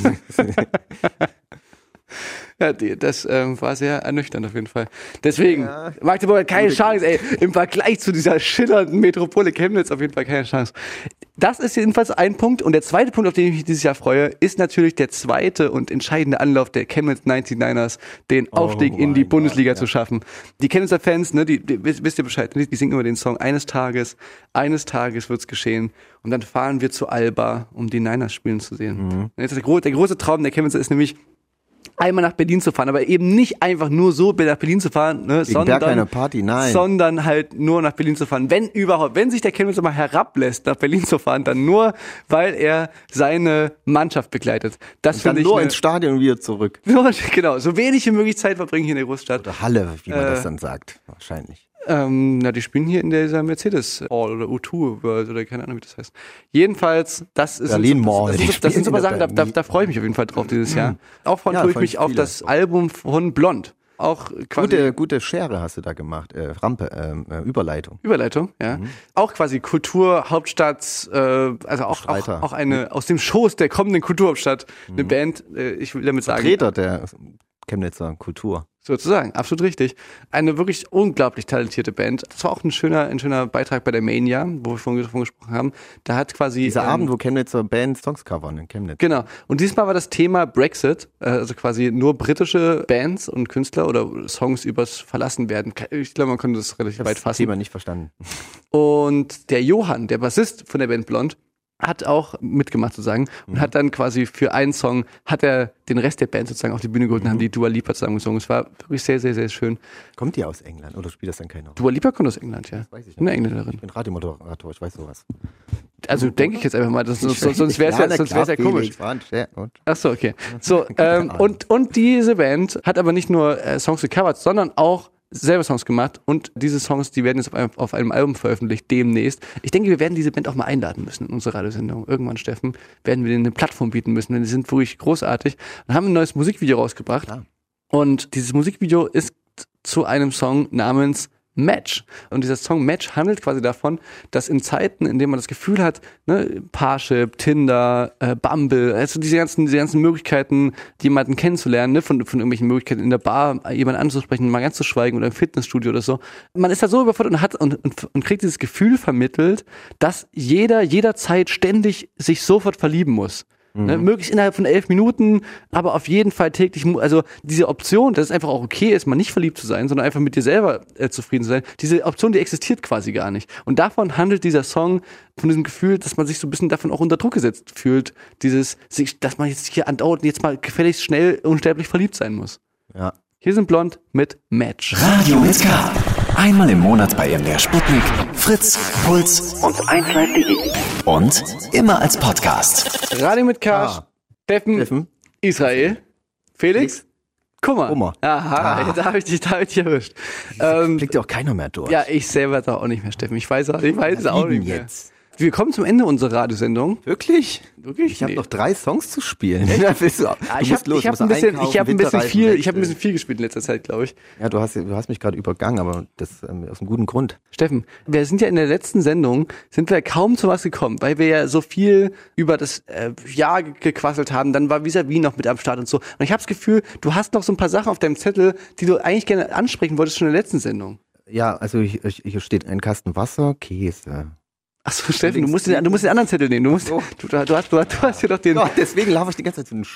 Ja, das war sehr ernüchternd auf jeden Fall. Deswegen, Magdeburg hat keine Chance, ey. Im Vergleich zu dieser schillernden Metropole Chemnitz auf jeden Fall keine Chance. Das ist jedenfalls ein Punkt. Und der zweite Punkt, auf den ich mich dieses Jahr freue, ist natürlich der zweite und entscheidende Anlauf der Chemnitz 99ers, den Aufstieg in die Bundesliga zu schaffen. Die Chemnitzer Fans, ne, die wisst ihr Bescheid, die singen immer den Song, eines Tages wird's geschehen. Und dann fahren wir zu Alba, um die Niners spielen zu sehen. Mhm. Jetzt der große Traum der Chemnitzer ist nämlich, einmal nach Berlin zu fahren, aber eben nicht einfach nur so nach Berlin zu fahren, ne, sondern halt nur nach Berlin zu fahren. Wenn überhaupt, wenn sich der Chemnitzer mal herablässt, nach Berlin zu fahren, dann nur, weil er seine Mannschaft begleitet. Das finde ich nur ins Stadion und wieder zurück. Genau, so wenig wie möglich Zeit verbringen hier in der Großstadt. Oder Halle, wie man das dann sagt, wahrscheinlich. Die spielen hier in dieser Mercedes Hall oder U2 World oder keine Ahnung, wie das heißt. Jedenfalls, das ist Berlin Mall. Das sind super Sachen, da freue ich mich auf jeden Fall drauf dieses Jahr. Auch tue ich mich auf das Album von Blond. auch quasi Gute Schere hast du da gemacht, Überleitung. Überleitung, ja. Auch quasi Kulturhauptstadt, also auch eine aus dem Schoß der kommenden Kulturhauptstadt, eine Band, ich will damit sagen. Vertreter der Chemnitzer Kultur. Sozusagen, absolut richtig. Eine wirklich unglaublich talentierte Band. Das war auch ein schöner Beitrag bei der Mania, wo wir vorhin gesprochen haben. Da hat quasi Dieser Abend, wo Chemnitzer Bands Songs covern in Chemnitz. Genau. Und diesmal war das Thema Brexit, also quasi nur britische Bands und Künstler oder Songs übers Verlassenwerden. Ich glaube, man konnte das relativ weit fassen. Das Thema nicht verstanden. Und der Johann, der Bassist von der Band Blond, hat auch mitgemacht sozusagen und hat dann quasi für einen Song, hat er den Rest der Band sozusagen auf die Bühne geholt und haben die Dua Lipa zusammengesungen. Es war wirklich sehr, sehr, sehr schön. Kommt die aus England oder spielt das dann keine Rolle? Dua Lipa kommt aus England, ja. Das weiß ich Eine nicht. Engländerin. Ich bin Radiomoderator, ich weiß sowas. Also denke ich jetzt einfach mal, sonst wäre es ja komisch. Achso, okay. So, und diese Band hat aber nicht nur Songs gecovert, sondern auch selber Songs gemacht und diese Songs, die werden jetzt auf einem Album veröffentlicht, demnächst. Ich denke, wir werden diese Band auch mal einladen müssen in unsere Radiosendung. Irgendwann, Steffen, werden wir denen eine Plattform bieten müssen, denn die sind wirklich großartig und haben ein neues Musikvideo rausgebracht. Ja. Und dieses Musikvideo ist zu einem Song namens Match. Und dieser Song Match handelt quasi davon, dass in Zeiten, in denen man das Gefühl hat, ne, Parship, Tinder, Bumble, also diese ganzen Möglichkeiten, jemanden kennenzulernen, ne, von irgendwelchen Möglichkeiten in der Bar, jemanden anzusprechen, mal ganz zu schweigen oder im Fitnessstudio oder so. Man ist da so überfordert und hat und kriegt dieses Gefühl vermittelt, dass jederzeit ständig sich sofort verlieben muss. Ne, möglichst innerhalb von 11 Minuten, aber auf jeden Fall täglich, also diese Option, dass es einfach auch okay ist, mal nicht verliebt zu sein, sondern einfach mit dir selber zufrieden zu sein, diese Option, die existiert quasi gar nicht. Und davon handelt dieser Song, von diesem Gefühl, dass man sich so ein bisschen davon auch unter Druck gesetzt fühlt, dass man jetzt hier andauernd jetzt mal gefälligst schnell unsterblich verliebt sein muss. Ja. Hier sind Blond mit Match. Radio mit K. Einmal im Monat bei MDR Sputnik, Fritz, Puls und 1Live.de. Und immer als Podcast. Radio mit K. Steffen, Israel, Felix, Kummer. Aha, da hab ich dich erwischt. Kriegt ja auch keiner mehr durch. Ja, ich selber da auch nicht mehr, Steffen. Ich weiß es auch nicht mehr. Jetzt. Wir kommen zum Ende unserer Radiosendung. Wirklich? Ich habe Nee. noch 3 Songs zu spielen. Ich habe ein bisschen viel gespielt in letzter Zeit, glaube ich. Ja, du hast mich gerade übergangen, aber das aus einem guten Grund. Steffen, wir sind ja in der letzten Sendung, sind wir kaum zu was gekommen, weil wir ja so viel über das Jahr gequasselt haben. Dann war Vis-a-vis noch mit am Start und so. Und ich habe das Gefühl, du hast noch so ein paar Sachen auf deinem Zettel, die du eigentlich gerne ansprechen wolltest schon in der letzten Sendung. Ja, also hier steht ein Kasten Wasser, Käse. Achso, Steffen, du musst den anderen Zettel nehmen. Du hast hier doch den... Ja, deswegen laufe ich die ganze Zeit so einen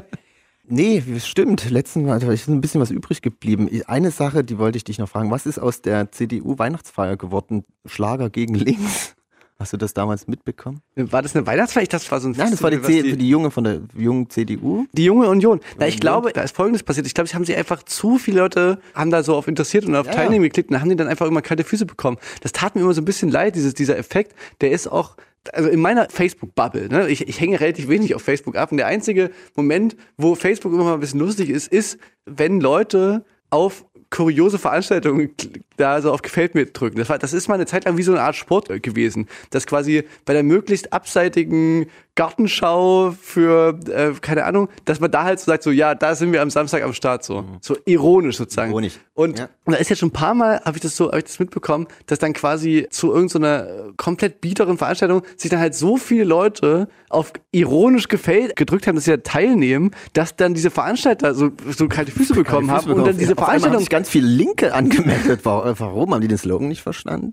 Nee, stimmt. Letzten Mal ist ein bisschen was übrig geblieben. Eine Sache, die wollte ich dich noch fragen. Was ist aus der CDU-Weihnachtsfeier geworden? Schlager gegen links? Hast du das damals mitbekommen? War das eine Weihnachtsfeier? Ich dachte, das war so ein Nein, das war die Junge von der jungen CDU. Die junge Union. Na, ich glaube, da ist Folgendes passiert. Ich glaube, haben sie einfach zu viele Leute, haben da so auf interessiert und auf Teilnehmen geklickt und dann haben die dann einfach immer kalte Füße bekommen. Das tat mir immer so ein bisschen leid, dieser Effekt. Der ist auch, also in meiner Facebook-Bubble, ne? Ich hänge relativ wenig auf Facebook ab und der einzige Moment, wo Facebook immer mal ein bisschen lustig ist, wenn Leute auf kuriose Veranstaltungen da so auf Gefällt mir drücken. Das ist mal eine Zeit lang wie so eine Art Sport gewesen, dass quasi bei der möglichst abseitigen Gartenschau für, keine Ahnung, dass man da halt so sagt, so, ja, da sind wir am Samstag am Start, so ironisch sozusagen. Ironisch. Und da ist jetzt schon ein paar Mal, habe ich das mitbekommen, dass dann quasi zu irgendeiner komplett biederen Veranstaltung sich dann halt so viele Leute auf ironisch Gefällt gedrückt haben, dass sie da teilnehmen, dass dann diese Veranstalter so kalte Füße bekommen haben und dann diese Veranstaltung... Haben sich ganz viele Linke angemeldet. Warum? Haben die den Slogan nicht verstanden?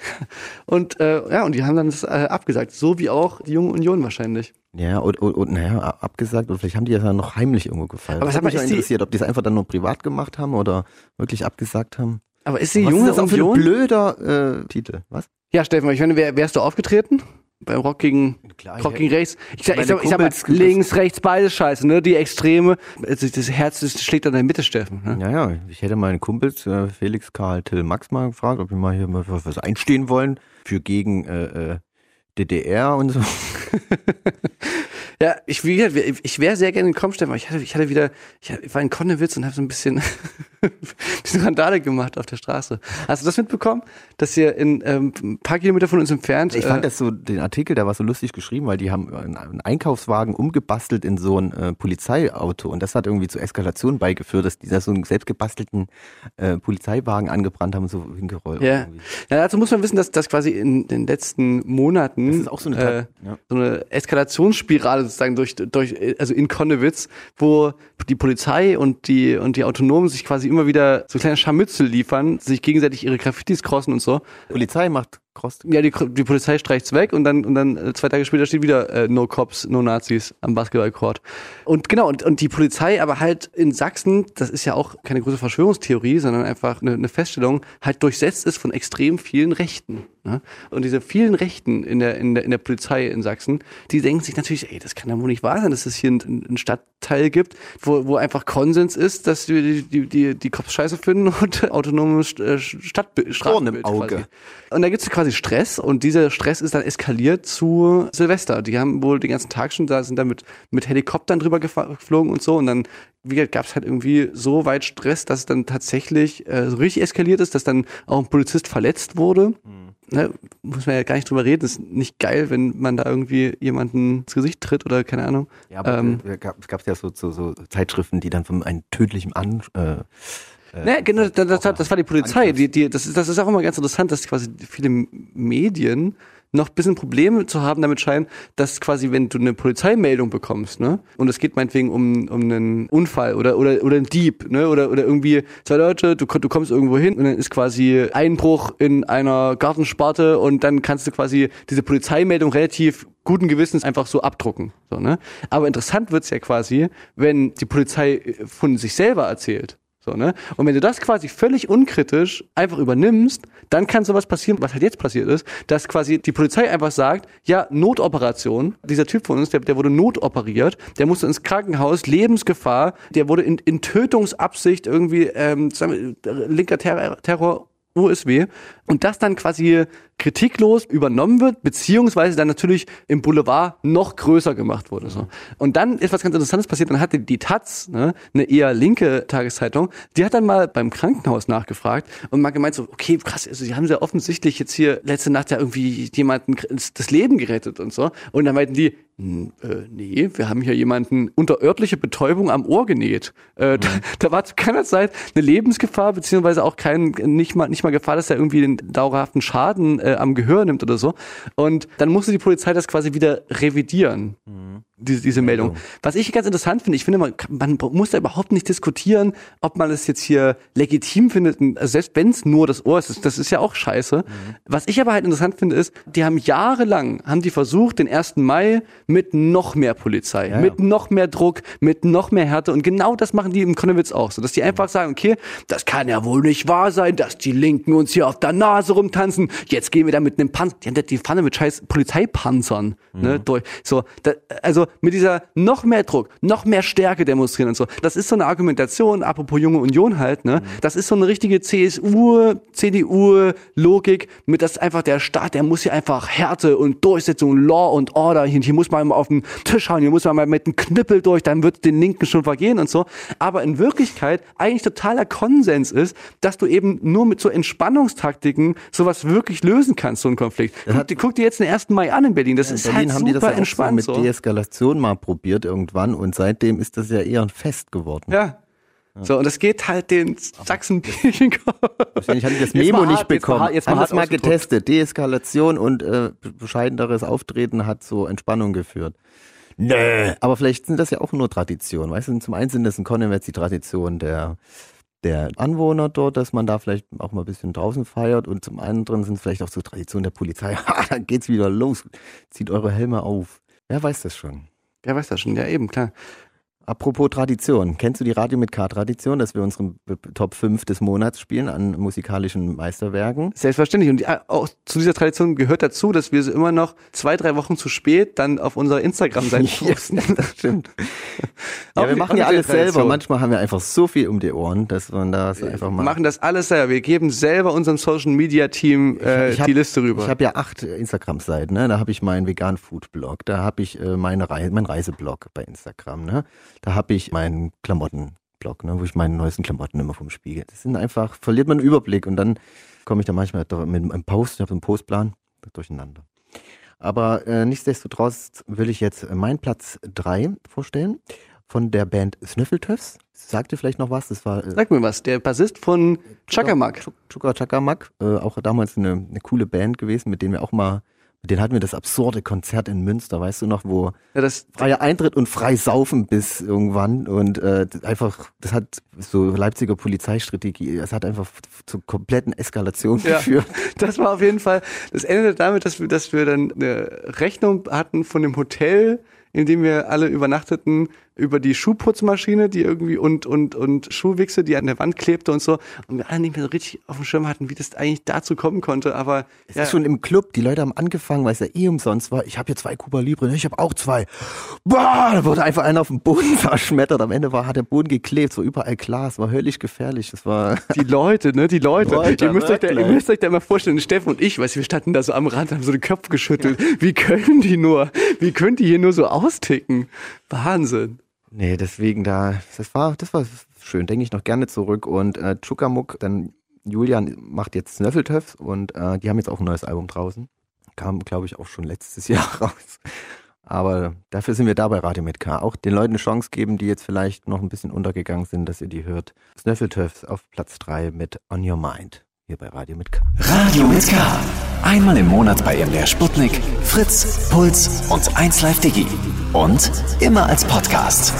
Und und die haben dann das abgesagt, so wie auch die Junge Union wahrscheinlich. Ja, und naja, abgesagt, oder vielleicht haben die das ja noch heimlich irgendwo gefeiert. Aber das hat mich ja interessiert, ob die es einfach dann nur privat gemacht haben oder wirklich abgesagt haben. Aber ist die Junge Union... Was ist das auch für ein blöder Titel, was? Ja, Steffen, ich meine, wärst du aufgetreten? Beim Rock gegen rechts. Ich sag mal, links, rechts, beides scheiße, ne? Die Extreme. Das Herz schlägt an der Mitte, Steffen. Ne? Ja, ich hätte meine Kumpels, Felix, Karl, Till, Max mal gefragt, ob wir mal hier mal was einstehen wollen. Für gegen DDR und so. Ja, ich wäre sehr gerne in Kommstein, aber ich war in Konnewitz und habe so ein bisschen diese Randale gemacht auf der Straße. Hast du das mitbekommen? Dass hier ein paar Kilometer von uns entfernt... Ich fand das so, den Artikel, der war so lustig geschrieben, weil die haben einen Einkaufswagen umgebastelt in so ein Polizeiauto und das hat irgendwie zu Eskalation beigeführt, dass die da so einen selbstgebastelten Polizeiwagen angebrannt haben und so hingerollt. Ja. Dazu muss man wissen, dass das quasi in den letzten Monaten das ist auch so eine Eskalationsspirale sozusagen also in Konnewitz, wo die Polizei und die Autonomen sich quasi immer wieder so kleine Scharmützel liefern, sich gegenseitig ihre Graffitis crossen und so. Polizei macht Cross. Ja, die Polizei streicht's weg und dann 2 Tage später steht wieder No Cops, No Nazis am Basketballcourt. Und genau, und die Polizei aber halt in Sachsen, das ist ja auch keine große Verschwörungstheorie, sondern einfach eine Feststellung, halt durchsetzt ist von extrem vielen Rechten. Ne? Und diese vielen Rechten in der Polizei in Sachsen, die denken sich natürlich, ey, das kann ja wohl nicht wahr sein, dass es hier einen Stadtteil gibt, wo einfach Konsens ist, dass die Cops scheiße finden und autonome Straßenbild Auge. quasi. Und da gibt's quasi Stress und dieser Stress ist dann eskaliert zu Silvester. Die haben wohl den ganzen Tag schon sind da mit Helikoptern drüber geflogen und so und dann gab's halt irgendwie so weit Stress, dass es dann tatsächlich so richtig eskaliert ist, dass dann auch ein Polizist verletzt wurde. Ne, muss man ja gar nicht drüber reden, ist nicht geil, wenn man da irgendwie jemanden ins Gesicht tritt oder keine Ahnung. Ja, aber es gab ja so Zeitschriften, die dann von einem tödlichen Genau, das war die Polizei. Das ist auch immer ganz interessant, dass quasi viele Medien noch ein bisschen Probleme zu haben damit scheinen, dass quasi, wenn du eine Polizeimeldung bekommst, ne, und es geht meinetwegen um einen Unfall oder einen Dieb, ne, oder irgendwie 2 Leute, du kommst irgendwo hin und dann ist quasi Einbruch in einer Gartensparte und dann kannst du quasi diese Polizeimeldung relativ guten Gewissens einfach so abdrucken, so, ne. Aber interessant wird's ja quasi, wenn die Polizei von sich selber erzählt. So, ne? Und wenn du das quasi völlig unkritisch einfach übernimmst, dann kann sowas passieren, was halt jetzt passiert ist, dass quasi die Polizei einfach sagt, ja, Notoperation, dieser Typ von uns, der wurde notoperiert, der musste ins Krankenhaus, Lebensgefahr, der wurde in Tötungsabsicht irgendwie, linker Terror, USW, und das dann quasi kritiklos übernommen wird, beziehungsweise dann natürlich im Boulevard noch größer gemacht wurde. So. Und dann ist was ganz Interessantes passiert, dann hatte die Taz, ne, eine eher linke Tageszeitung, die hat dann mal beim Krankenhaus nachgefragt und mal gemeint so, okay, krass, also die haben ja offensichtlich jetzt hier letzte Nacht ja irgendwie jemanden das Leben gerettet und so. Und dann meinten die, nee, wir haben hier jemanden unter örtliche Betäubung am Ohr genäht. Da war zu keiner Zeit eine Lebensgefahr, beziehungsweise auch nicht mal Gefahr, dass er irgendwie den dauerhaften Schaden am Gehör nimmt oder so. Und dann musste die Polizei das quasi wieder revidieren, diese Meldung. Was ich ganz interessant finde, ich finde, man muss da überhaupt nicht diskutieren, ob man es jetzt hier legitim findet, also selbst wenn es nur das Ohr ist, das ist ja auch scheiße. Was ich aber halt interessant finde, ist, die haben jahrelang versucht, den 1. Mai mit noch mehr Polizei, mit noch mehr Druck, mit noch mehr Härte, und genau das machen die im Konnewitz auch so, dass die einfach sagen, okay, das kann ja wohl nicht wahr sein, dass die Linken uns hier auf der Nase rumtanzen, jetzt gehen wir da mit einem Panzer, die haben die Pfanne mit scheiß Polizeipanzern, ne, durch, so, also mit dieser noch mehr Druck, noch mehr Stärke demonstrieren und so, das ist so eine Argumentation, apropos Junge Union halt, ne, das ist so eine richtige CDU-Logik, mit das einfach der Staat, der muss hier einfach Härte und Durchsetzung, Law und Order, hier muss man mal auf den Tisch hauen, hier muss man mal mit dem Knüppel durch, dann wird den Linken schon vergehen und so, aber in Wirklichkeit eigentlich totaler Konsens ist, dass du eben nur mit so Entspannungstaktiken sowas wirklich lösen kannst, so einen Konflikt. Guck dir jetzt den 1. Mai an in Berlin, das ist Berlin halt haben super die das ja entspannt. So mit Deeskalation mal probiert irgendwann und seitdem ist das ja eher ein Fest geworden. Ja. So, und das geht halt den Sachsen Wahrscheinlich hatte ich das Memo nicht bekommen. Jetzt haben wir es mal getestet. Deeskalation und bescheideneres Auftreten hat so Entspannung geführt. Nö. Aber vielleicht sind das ja auch nur Traditionen. Weißt du, zum einen sind das in Konnewitz die Tradition der Anwohner dort, dass man da vielleicht auch mal ein bisschen draußen feiert, und zum anderen sind es vielleicht auch so Traditionen der Polizei. Dann geht's wieder los. Zieht eure Helme auf. Wer weiß das schon? Wer weiß das schon? Ja, eben, klar. Apropos Tradition, kennst du die Radio mit K-Tradition, dass wir unseren Top 5 des Monats spielen an musikalischen Meisterwerken? Selbstverständlich. Und auch zu dieser Tradition gehört dazu, dass wir sie immer noch 2-3 Wochen zu spät dann auf unserer Instagram-Seite posten. Ja, das stimmt. Ja, wir machen ja alles selber. Manchmal haben wir einfach so viel um die Ohren, dass man das einfach mal... Wir machen das alles selber. Wir geben selber unserem Social-Media-Team die Liste rüber. Ich habe ja 8 Instagram-Seiten. Ne? Da habe ich meinen Vegan-Food-Blog, da habe ich meinen Reiseblog bei Instagram. Ne? Da habe ich meinen Klamottenblog, ne? Wo ich meine neuesten Klamotten immer vom Spiegel. Das sind einfach, verliert man den Überblick und dann komme ich da manchmal mit einem Post, ich habe so einen Postplan, durcheinander. Aber nichtsdestotrotz will ich jetzt meinen Platz 3 vorstellen von der Band Snöffeltöffs. Sagt ihr vielleicht noch was? Das war, Sag mir was, der Bassist von Chakamak. Chakamak, auch damals eine coole Band gewesen, mit denen hatten wir das absurde Konzert in Münster, weißt du noch, wo freier Eintritt und frei saufen bis irgendwann und das hat so Leipziger Polizeistrategie, das hat einfach zur kompletten Eskalation geführt. Das war auf jeden Fall, das endete damit, dass wir dann eine Rechnung hatten von dem Hotel, in dem wir alle übernachteten, über die Schuhputzmaschine, die irgendwie und Schuhwichse, die an der Wand klebte und so. Und wir alle nicht mehr so richtig auf dem Schirm hatten, wie das eigentlich dazu kommen konnte. Aber es ist schon im Club, die Leute haben angefangen, weil es ja umsonst war. Ich habe hier 2 Cuba Libre, ich habe auch 2. Boah, da wurde einfach einer auf den Boden zerschmettert. Am Ende hat der Boden geklebt, so überall Glas, war höllisch gefährlich. Das war die Leute. Ihr müsst euch da mal vorstellen, Steffen und ich, weißt du, wir standen da so am Rand, haben so den Kopf geschüttelt. Ja. Wie können die hier nur so austicken? Wahnsinn. Nee, deswegen das war schön, denke ich noch gerne zurück und Chukamuk, dann Julian macht jetzt Snöffeltöffs und die haben jetzt auch ein neues Album draußen. Kam, glaube ich, auch schon letztes Jahr raus. Aber dafür sind wir da bei Radio mit K. Auch den Leuten eine Chance geben, die jetzt vielleicht noch ein bisschen untergegangen sind, dass ihr die hört. Snöffeltöffs auf Platz 3 mit On Your Mind. Hier bei Radio mit K. Radio mit K. Einmal im Monat bei MDR Sputnik, Fritz, Puls und 1Live Digi. Und immer als Podcast.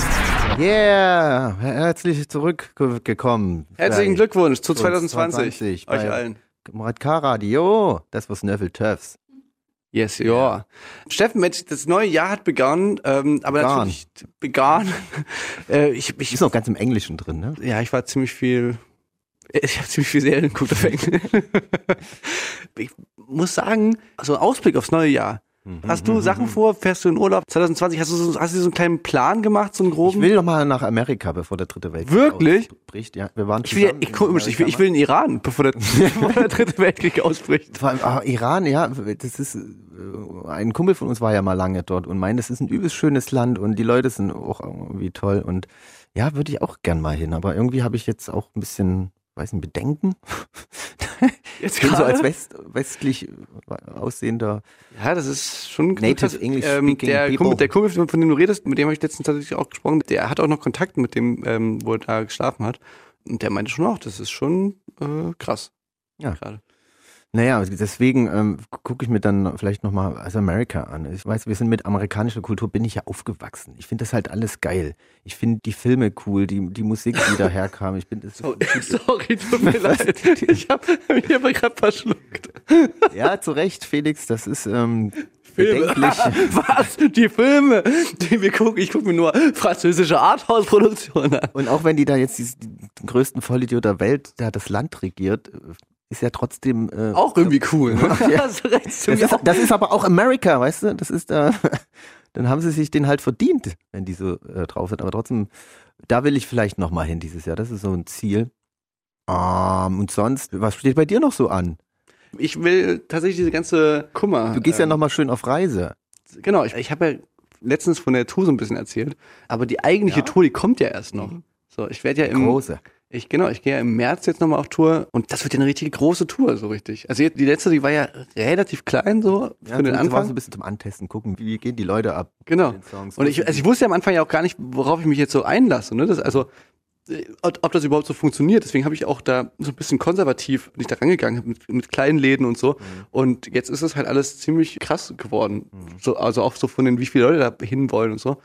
Yeah, herzlich zurückgekommen. Herzlichen Glückwunsch zu 2020 euch allen. Murat K. Radio, das war Snöffeltöffs. Yes, ja. Steffen, Mensch, das neue Jahr hat begonnen, aber natürlich begonnen. Ich ist noch ganz im Englischen drin, ne? Ja, ich habe ziemlich viel Serien geguckt auf Englisch. Ich muss sagen, so ein Ausblick aufs neue Jahr. Hast du Sachen vor? Fährst du in Urlaub 2020? Hast du so einen kleinen Plan gemacht, so einen groben? Ich will noch mal nach Amerika, bevor der dritte Weltkrieg ausbricht. Ja, wir waren ich will in den Iran, bevor der dritte Weltkrieg ausbricht. Vor allem, Iran, ja, das ist ein Kumpel von uns war ja mal lange dort und meint, das ist ein übelst schönes Land und die Leute sind auch irgendwie toll und ja, würde ich auch gern mal hin, aber irgendwie habe ich jetzt auch ein bisschen Bedenken. Jetzt bin so als westlich aussehender. Ja, das ist schon Native English speaking people. Der Kumpel, von dem du redest, mit dem habe ich letztens tatsächlich auch gesprochen, der hat auch noch Kontakt mit dem, wo er da geschlafen hat. Und der meinte schon auch, das ist schon krass. Ja. Gerade. Naja, deswegen gucke ich mir dann vielleicht nochmal Amerika an. Ich weiß, wir sind mit amerikanischer Kultur, bin ich ja aufgewachsen. Ich finde das halt alles geil. Ich finde die Filme cool, die Musik, die daherkam. Ich bin das sorry, tut mir leid. Ich habe mich aber gerade verschluckt. Ja, zu Recht, Felix, das ist bedenklich. Was? Die Filme, die wir gucken, ich gucke mir nur französische Arthouse-Produktionen an. Und auch wenn die da jetzt den größten Vollidiot der Welt, der das Land regiert, ist ja trotzdem auch irgendwie cool. Ne? Ja. Das ist aber auch Amerika, weißt du? Das ist dann haben sie sich den halt verdient, wenn die so drauf sind. Aber trotzdem, da will ich vielleicht noch mal hin dieses Jahr. Das ist so ein Ziel. Und sonst, was steht bei dir noch so an? Ich will tatsächlich diese ganze Kummer. Du gehst ja noch mal schön auf Reise. Genau, ich habe ja letztens von der Tour so ein bisschen erzählt. Aber die eigentliche Tour, die kommt ja erst noch. So, ich werde ja große. Ich gehe ja im März jetzt nochmal auf Tour und das wird ja eine richtige große Tour, so richtig. Also die letzte, die war ja relativ klein so für den Anfang. War so ein bisschen zum Antesten, gucken, wie gehen die Leute ab. Genau. Und ich wusste ja am Anfang ja auch gar nicht, worauf ich mich jetzt so einlasse. Ne? Ob das überhaupt so funktioniert. Deswegen habe ich auch da so ein bisschen konservativ nicht da rangegangen mit kleinen Läden und so. Und jetzt ist es halt alles ziemlich krass geworden. So, also auch so von den, wie viele Leute da hin wollen und so.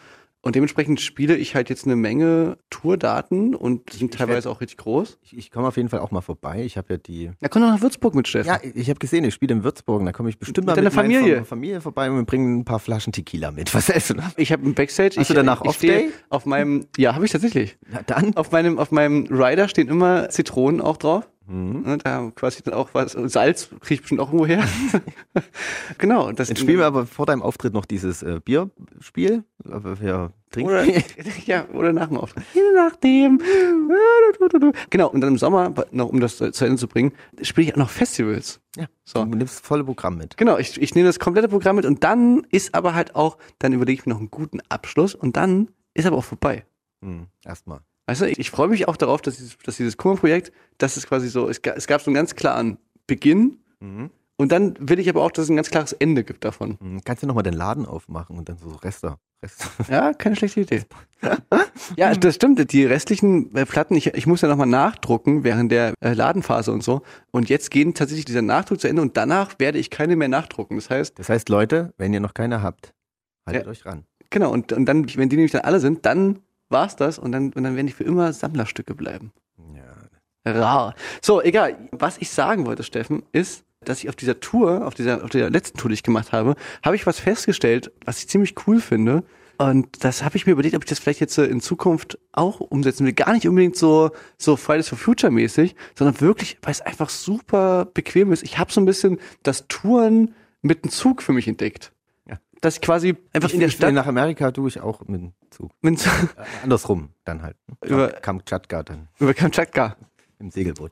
Und dementsprechend spiele ich halt jetzt eine Menge Tourdaten und die sind teilweise auch richtig groß. Ich komme auf jeden Fall auch mal vorbei. Ich habe ja die... Da komm doch nach Würzburg mit, Steffen. Ja, ich habe gesehen, ich spiele in Würzburg und da komme ich bestimmt mal Mit mit deiner meiner Familie. Familie vorbei und wir bringen ein paar Flaschen Tequila mit. Was essen? Ich habe ein Backstage. Hast du danach Off-Day? Auf meinem, ja, habe ich tatsächlich. Na dann. Auf meinem Rider stehen immer Zitronen auch drauf. Ne, da quasi dann auch was. Und Salz kriege ich bestimmt auch irgendwo her. Genau. Das Jetzt spielen wir aber vor deinem Auftritt noch dieses Bierspiel. Aber wir trinken. Oder, ja, oder nach dem Auftritt. Je nachdem. Genau. Und dann im Sommer, noch um das zu Ende zu bringen, spiele ich auch noch Festivals. Ja, So. du nimmst das volle Programm mit. Genau, ich nehme das komplette Programm mit und dann ist aber halt auch, dann überlege ich mir noch einen guten Abschluss und dann ist aber auch vorbei. Erstmal. Weißt du, ich freue mich auch darauf, dass dieses Kummer-Projekt, das ist quasi so, es gab so einen ganz klaren Beginn und dann will ich aber auch, dass es ein ganz klares Ende gibt davon. Kannst du nochmal den Laden aufmachen und dann so Reste. Ja, keine schlechte Idee. Ja, das stimmt. Die restlichen Platten, ich muss ja nochmal nachdrucken während der Ladenphase und so. Und jetzt gehen tatsächlich dieser Nachdruck zu Ende und danach werde ich keine mehr nachdrucken. Das heißt, Leute, wenn ihr noch keine habt, haltet Ja. euch ran. genau, und dann, wenn die nämlich dann alle sind, dann war's das und dann werden die für immer Sammlerstücke bleiben. Ja. Rar. So, egal. Was ich sagen wollte, Steffen, ist, dass ich auf dieser Tour, auf der letzten Tour, die ich gemacht habe, habe ich was festgestellt, was ich ziemlich cool finde. Und das habe ich mir überlegt, ob ich das vielleicht jetzt in Zukunft auch umsetzen will. Gar nicht unbedingt so Fridays for Future mäßig, sondern wirklich, weil es einfach super bequem ist. Ich habe so ein bisschen das Touren mit dem Zug für mich entdeckt. Ja. Dass ich quasi einfach in der Stadt Nach Amerika tue ich auch mit dem Zug. Andersrum dann halt. Über- Kamtschatka dann. über Kamtschatka Im Segelboot.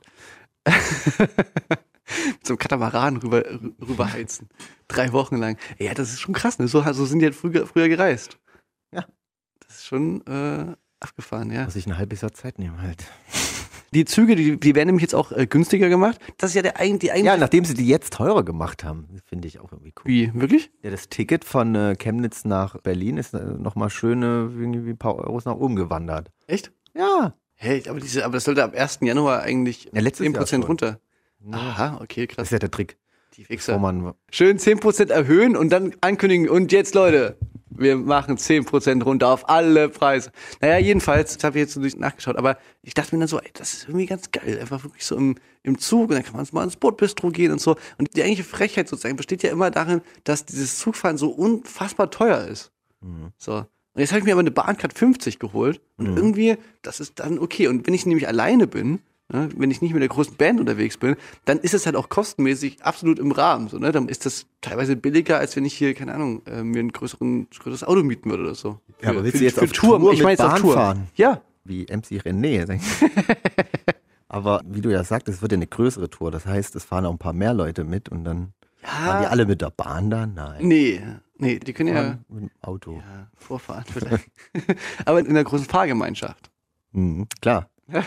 mit so einem Katamaran rüberheizen. 3 Wochen lang. Ja, das ist schon krass, ne? So sind die halt früher gereist. Ja. Das ist schon abgefahren, ja. Muss ich ein halbes Jahr Zeit nehmen halt. Die Züge, die werden nämlich jetzt auch günstiger gemacht. Das ist ja die eigentliche... Ja, nachdem sie die jetzt teurer gemacht haben, finde ich auch irgendwie cool. Wie, wirklich? Ja, das Ticket von Chemnitz nach Berlin ist nochmal schöne, irgendwie ein paar Euros nach oben gewandert. Echt? Ja. Hey, aber das sollte ab 1. Januar eigentlich Ja, letztes Jahr 10% schon. runter. Aha, okay, Das krass. ist ja der Trick. Die Wichser. Wo man, Schön 10% erhöhen und dann ankündigen, und jetzt Leute, wir machen 10% runter auf alle Preise. Naja, jedenfalls, das habe ich jetzt nicht nachgeschaut, aber ich dachte mir dann so, ey, das ist irgendwie ganz geil, einfach wirklich so im Zug und dann kann man mal ins Bordbistro gehen und so. Und die eigentliche Frechheit sozusagen besteht ja immer darin, dass dieses Zugfahren so unfassbar teuer ist. So. Und jetzt habe ich mir aber eine Bahncard 50 geholt und irgendwie, das ist dann okay. Und wenn ich nämlich alleine bin, ne, wenn ich nicht mit der großen Band unterwegs bin, dann ist es halt auch kostenmäßig absolut im Rahmen. So, ne? Dann ist das teilweise billiger, als wenn ich hier, keine Ahnung, mir ein größeres Auto mieten würde oder so. Ja, aber willst für, du jetzt für auf Tour? Tour Ich mit meine jetzt auf Bahn Tour. fahren? Ja. wie MC René. Aber wie du ja sagst, es wird ja eine größere Tour. Das heißt, es fahren auch ein paar mehr Leute mit und dann fahren die alle mit der Bahn da? Nein. Nee, die können ja, Fahren mit dem Auto. ja vorfahren vielleicht. Aber in einer großen Fahrgemeinschaft. Klar.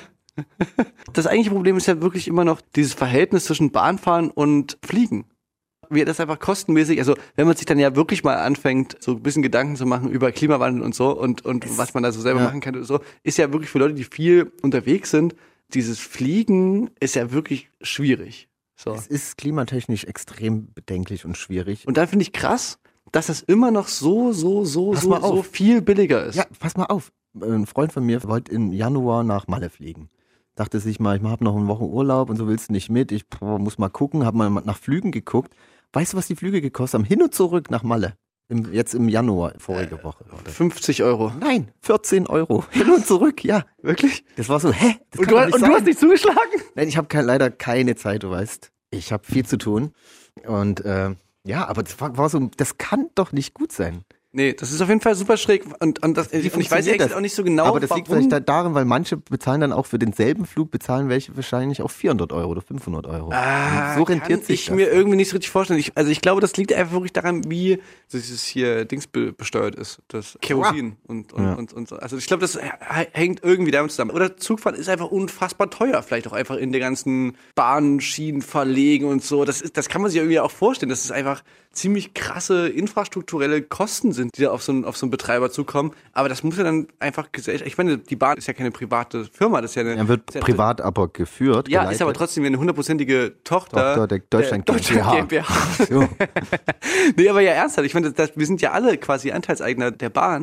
Das eigentliche Problem ist ja wirklich immer noch dieses Verhältnis zwischen Bahnfahren und Fliegen. Wie das einfach kostenmäßig, also wenn man sich dann ja wirklich mal anfängt, so ein bisschen Gedanken zu machen über Klimawandel und so und was man da so selber machen kann und so, ist ja wirklich für Leute, die viel unterwegs sind, dieses Fliegen ist ja wirklich schwierig. So. Es ist klimatechnisch extrem bedenklich und schwierig. Und dann finde ich krass, dass das immer noch so mal auf. viel billiger ist. Ja, pass mal auf. Ein Freund von mir wollte im Januar nach Malle fliegen. Dachte sich mal, ich habe noch eine Woche Urlaub und so willst du nicht mit. Ich muss mal gucken, habe mal nach Flügen geguckt. Weißt du, was die Flüge gekostet haben? Hin und zurück nach Malle. Jetzt im Januar, vorige Woche. 50 Euro. Nein, 14 Euro. Hin und zurück, ja. Wirklich? Das war so, hä? Das Und, kann doch nicht du sein. hast nicht zugeschlagen? Nein, ich habe leider keine Zeit, du weißt. Ich habe viel zu tun. Und ja, aber das war so, das kann doch nicht gut sein. Nee, das ist auf jeden Fall super schräg und ich weiß funktioniert eigentlich das? auch nicht so genau, Aber das liegt warum. vielleicht darin, weil manche bezahlen dann auch für denselben Flug, bezahlen welche wahrscheinlich auch 400 Euro oder 500 Euro. So rentiert kann sich ich das. mir irgendwie nicht so richtig vorstellen. Ich glaube, das liegt einfach wirklich daran, wie dieses hier Dings besteuert ist. Das Kerosin und so. Also ich glaube, das hängt irgendwie damit zusammen. Oder Zugfahren ist einfach unfassbar teuer. Vielleicht auch einfach in der ganzen Bahnschienen verlegen und so. Das kann man sich irgendwie auch vorstellen, dass es einfach ziemlich krasse infrastrukturelle Kosten sind, die da auf so einen Betreiber zukommen. Aber das muss ja dann einfach Gesellschaft. Ich meine, die Bahn ist ja keine private Firma, das ist ja eine. Er wird privat aber geführt. Ja, geleitet. ist aber trotzdem eine 100%ige Tochter der Deutschland GmbH. So. Nee, aber ja ernsthaft. Ich meine, wir sind ja alle quasi Anteilseigner der Bahn.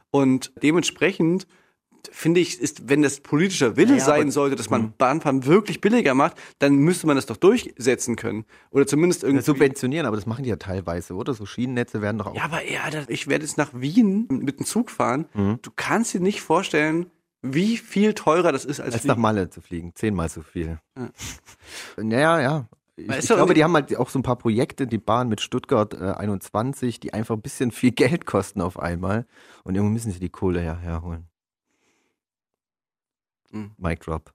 Und dementsprechend finde ich, wenn das politischer Wille sein sollte, dass man Bahnfahren wirklich billiger macht, dann müsste man das doch durchsetzen können. Oder zumindest irgendwie... Subventionieren, aber das machen die ja teilweise, oder? So Schienennetze werden doch auch... Ja, aber ich werde jetzt nach Wien mit dem Zug fahren. Du kannst dir nicht vorstellen, wie viel teurer das ist als nach Malle zu fliegen. 10-mal so viel. Ja. Ja. Ich glaube, die haben halt auch so ein paar Projekte, die Bahn mit Stuttgart 21, die einfach ein bisschen viel Geld kosten auf einmal. Und irgendwo müssen sie die Kohle herholen. Mic drop.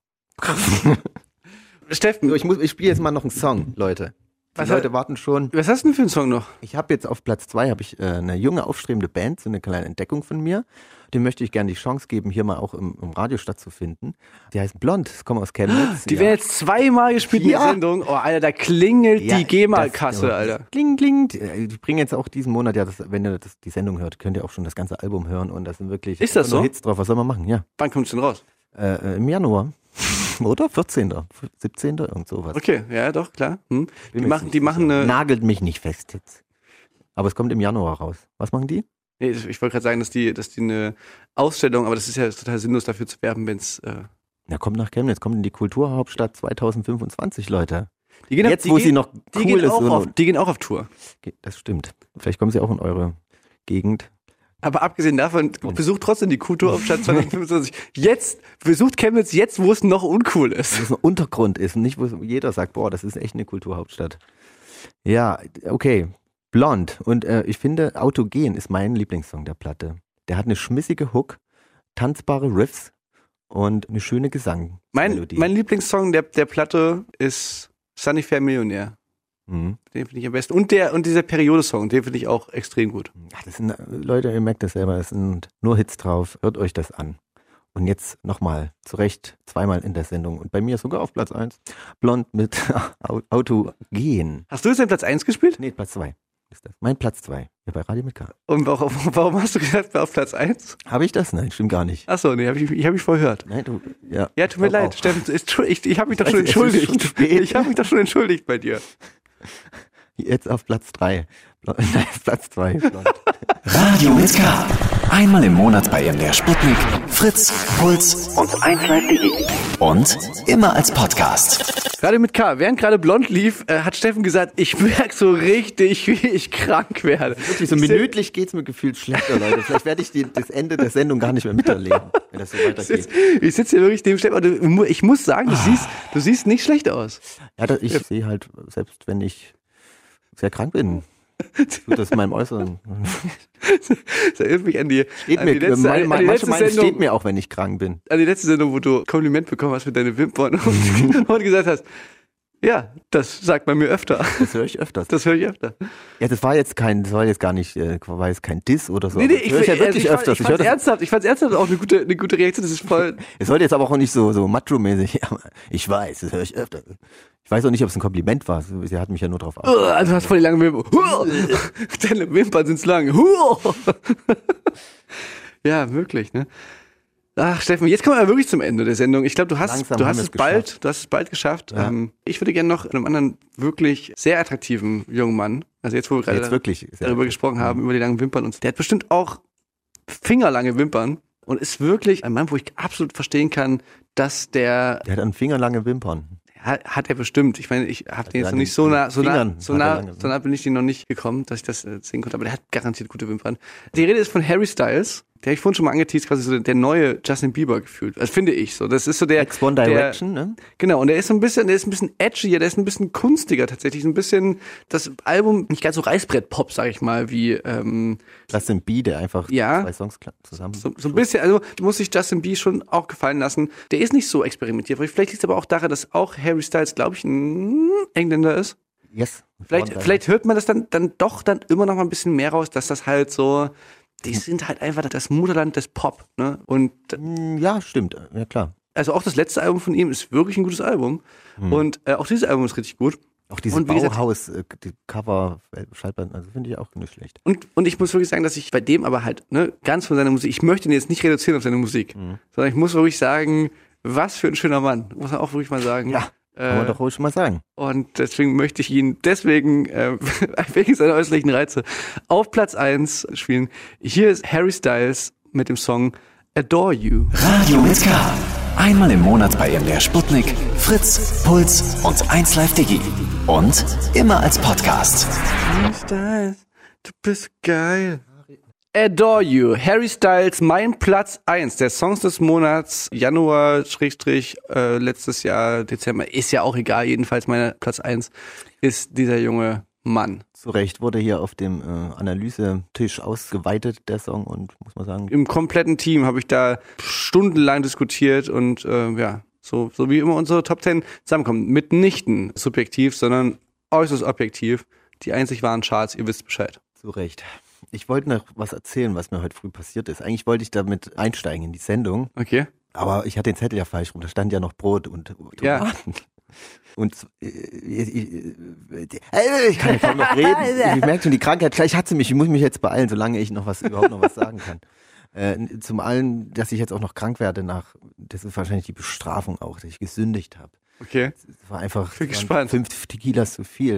Steffen, Ich spiele jetzt mal noch einen Song, Leute. Die Leute warten schon. Was hast du denn für einen Song noch? Ich habe jetzt auf Platz 2 eine junge, aufstrebende Band, so eine kleine Entdeckung von mir. Dem möchte ich gerne die Chance geben, hier mal auch im Radio stattzufinden. Die heißt Blond, das kommt aus Chemnitz. Die werden jetzt 2-mal gespielt in der Sendung. Oh, Alter, da klingelt die GEMA-Kasse, Alter. Kling, kling. Die bringen jetzt auch diesen Monat, wenn ihr die Sendung hört, könnt ihr auch schon das ganze Album hören. Und da sind wirklich Ist das so? Hits drauf. Was soll man machen? Ja. Wann kommt es denn raus? Im Januar. Oder? 14., 17., irgend sowas. Okay, ja, doch, klar. Die machen eine... Nagelt mich nicht fest jetzt. Aber es kommt im Januar raus. Was machen die? Nee, ich wollte gerade sagen, dass die eine Ausstellung, aber das ist ja total sinnlos dafür zu werben, wenn es... Ja, kommt nach Chemnitz, kommt in die Kulturhauptstadt 2025, Leute. Die gehen sie noch cool ist. Die gehen auch auf Tour. Das stimmt. Vielleicht kommen sie auch in eure Gegend. Aber abgesehen davon, besucht trotzdem die Kulturhauptstadt 2025. Besucht Chemnitz jetzt, wo es noch uncool ist. Wo es ein Untergrund ist und nicht, wo jeder sagt, boah, das ist echt eine Kulturhauptstadt. Ja, okay. Blond. Und ich finde, Autogen ist mein Lieblingssong der Platte. Der hat eine schmissige Hook, tanzbare Riffs und eine schöne Gesangmelodie. Mein Lieblingssong der Platte ist Sunny Fair Millionär. Den finde ich am besten. Und dieser Periode-Song, den finde ich auch extrem gut. Ja, das sind, Leute, ihr merkt das selber, es sind nur Hits drauf. Hört euch das an. Und jetzt nochmal, zu Recht, 2-mal in der Sendung. Und bei mir sogar auf Platz 1. Blond mit Autogen. Hast du jetzt den Platz 1 gespielt? Nee, Platz 2 ist das. Mein Platz 2. Ja, bei Radio mit K. Und warum hast du gesagt, auf Platz 1? Habe ich das? Nein, stimmt gar nicht. Achso, nee, hab ich vorher gehört. Nein, Ja, tut mir leid, Steffen. Ich habe mich doch schon entschuldigt. Ich habe mich doch schon entschuldigt bei dir. Jetzt auf Platz 3. Nein, Platz 2. Radio mit K. Einmal im Monat bei MDR Sputnik, Fritz, Puls und 1Live.de. Und immer als Podcast. Gerade mit K. Während gerade Blond lief, hat Steffen gesagt, ich merke so richtig, wie ich krank werde. Wirklich, so minütlich geht's mir gefühlt schlechter, Leute. Vielleicht werde ich das Ende der Sendung gar nicht mehr miterleben, wenn das so weitergeht. Ich sitze hier wirklich neben Steffen und ich muss sagen, du siehst nicht schlecht aus. Ja, ich sehe halt, selbst wenn ich sehr krank bin, tut das meinem Äußeren. Das erinnert mich an die letzte Sendung. Steht mir auch, wenn ich krank bin. An die letzte Sendung, wo du Kompliment bekommen hast für deine Wimpern und gesagt hast, ja, das sagt man mir öfter. Das höre ich öfter. Ja, das war jetzt kein Diss oder so. Nee, das höre ich ja wirklich öfters. Ich fand's ernsthaft auch eine gute Reaktion. Das ist voll. Es sollte jetzt aber auch nicht so macho-mäßig. Ich weiß, das höre ich öfter. Ich weiß auch nicht, ob es ein Kompliment war. Sie hat mich ja nur drauf Also du hast voll die lange Wimpern. Deine Wimpern sind lang. Ja, wirklich, ne? Ach, Steffen, jetzt kommen wir wirklich zum Ende der Sendung. Ich glaube, du hast es bald geschafft. Ja. Ich würde gerne noch einem anderen wirklich sehr attraktiven jungen Mann, also jetzt, wo wir gerade darüber gesprochen haben, über die langen Wimpern, und der hat bestimmt auch fingerlange Wimpern und ist wirklich ein Mann, wo ich absolut verstehen kann, dass der hat dann fingerlange Wimpern. Hat er bestimmt. Ich meine, ich habe den jetzt noch nicht so nah bin ich den noch nicht gekommen, dass ich das sehen konnte, aber der hat garantiert gute Wimpern. Die Rede ist von Harry Styles. Der habe ich vorhin schon mal angeteased, quasi so der neue Justin Bieber gefühlt. Das finde ich so. Das ist so der One Direction, ne? Genau, und der ist ein bisschen edgier, der ist ein bisschen kunstiger tatsächlich. Ein bisschen das Album, nicht ganz so Reißbrett-Pop, sag ich mal, wie Justin B, der einfach 2 Songs zusammen. So ein bisschen, also muss sich Justin B schon auch gefallen lassen. Der ist nicht so experimentiert. Vielleicht liegt es aber auch daran, dass auch Harry Styles, glaube ich, ein Engländer ist. Yes. Vielleicht hört man das dann doch immer noch mal ein bisschen mehr raus, dass das halt so, die sind halt einfach das Mutterland des Pop, ne? Und ja, stimmt, ja klar. Also auch das letzte Album von ihm ist wirklich ein gutes Album. Und auch dieses Album ist richtig gut. Auch diese Bauhaus, die Cover, Schallplatten, also finde ich auch nicht schlecht. Und ich muss wirklich sagen, dass ich bei dem aber halt, ne, ganz von seiner Musik, ich möchte ihn jetzt nicht reduzieren auf seine Musik, sondern ich muss wirklich sagen, was für ein schöner Mann, muss man auch wirklich mal sagen. Ja. Kann man doch ruhig mal sagen. Und deswegen möchte ich ihn wegen seiner äußerlichen Reize auf Platz 1 spielen. Hier ist Harry Styles mit dem Song Adore You. Radio mit K. Einmal im Monat bei MDR Sputnik, Fritz, Puls und 1Live Digi. Und immer als Podcast. Harry Styles, du bist geil. Adore You, Harry Styles, mein Platz 1 der Songs des Monats, Januar, letztes Jahr, Dezember, ist ja auch egal, jedenfalls mein Platz 1 ist dieser junge Mann. Zu Recht wurde hier auf dem Analysetisch ausgeweitet, der Song, und muss man sagen... Im kompletten Team habe ich da stundenlang diskutiert und so wie immer unsere Top 10 zusammenkommen. Mitnichten subjektiv, sondern äußerst objektiv. Die einzig wahren Charts, ihr wisst Bescheid. Zu Recht. Ich wollte noch was erzählen, was mir heute früh passiert ist. Eigentlich wollte ich damit einsteigen in die Sendung. Okay. Aber ich hatte den Zettel ja falsch rum. Da stand ja noch Brot und Tomaten. Ja. Und ich kann ja kaum noch reden. Ich merke schon, die Krankheit, gleich hat sie mich. Ich muss mich jetzt beeilen, solange ich überhaupt noch was sagen kann. Zum einen, dass ich jetzt auch noch krank werde das ist wahrscheinlich die Bestrafung auch, dass ich gesündigt habe. Okay. Das war einfach 5 Tequilas zu viel.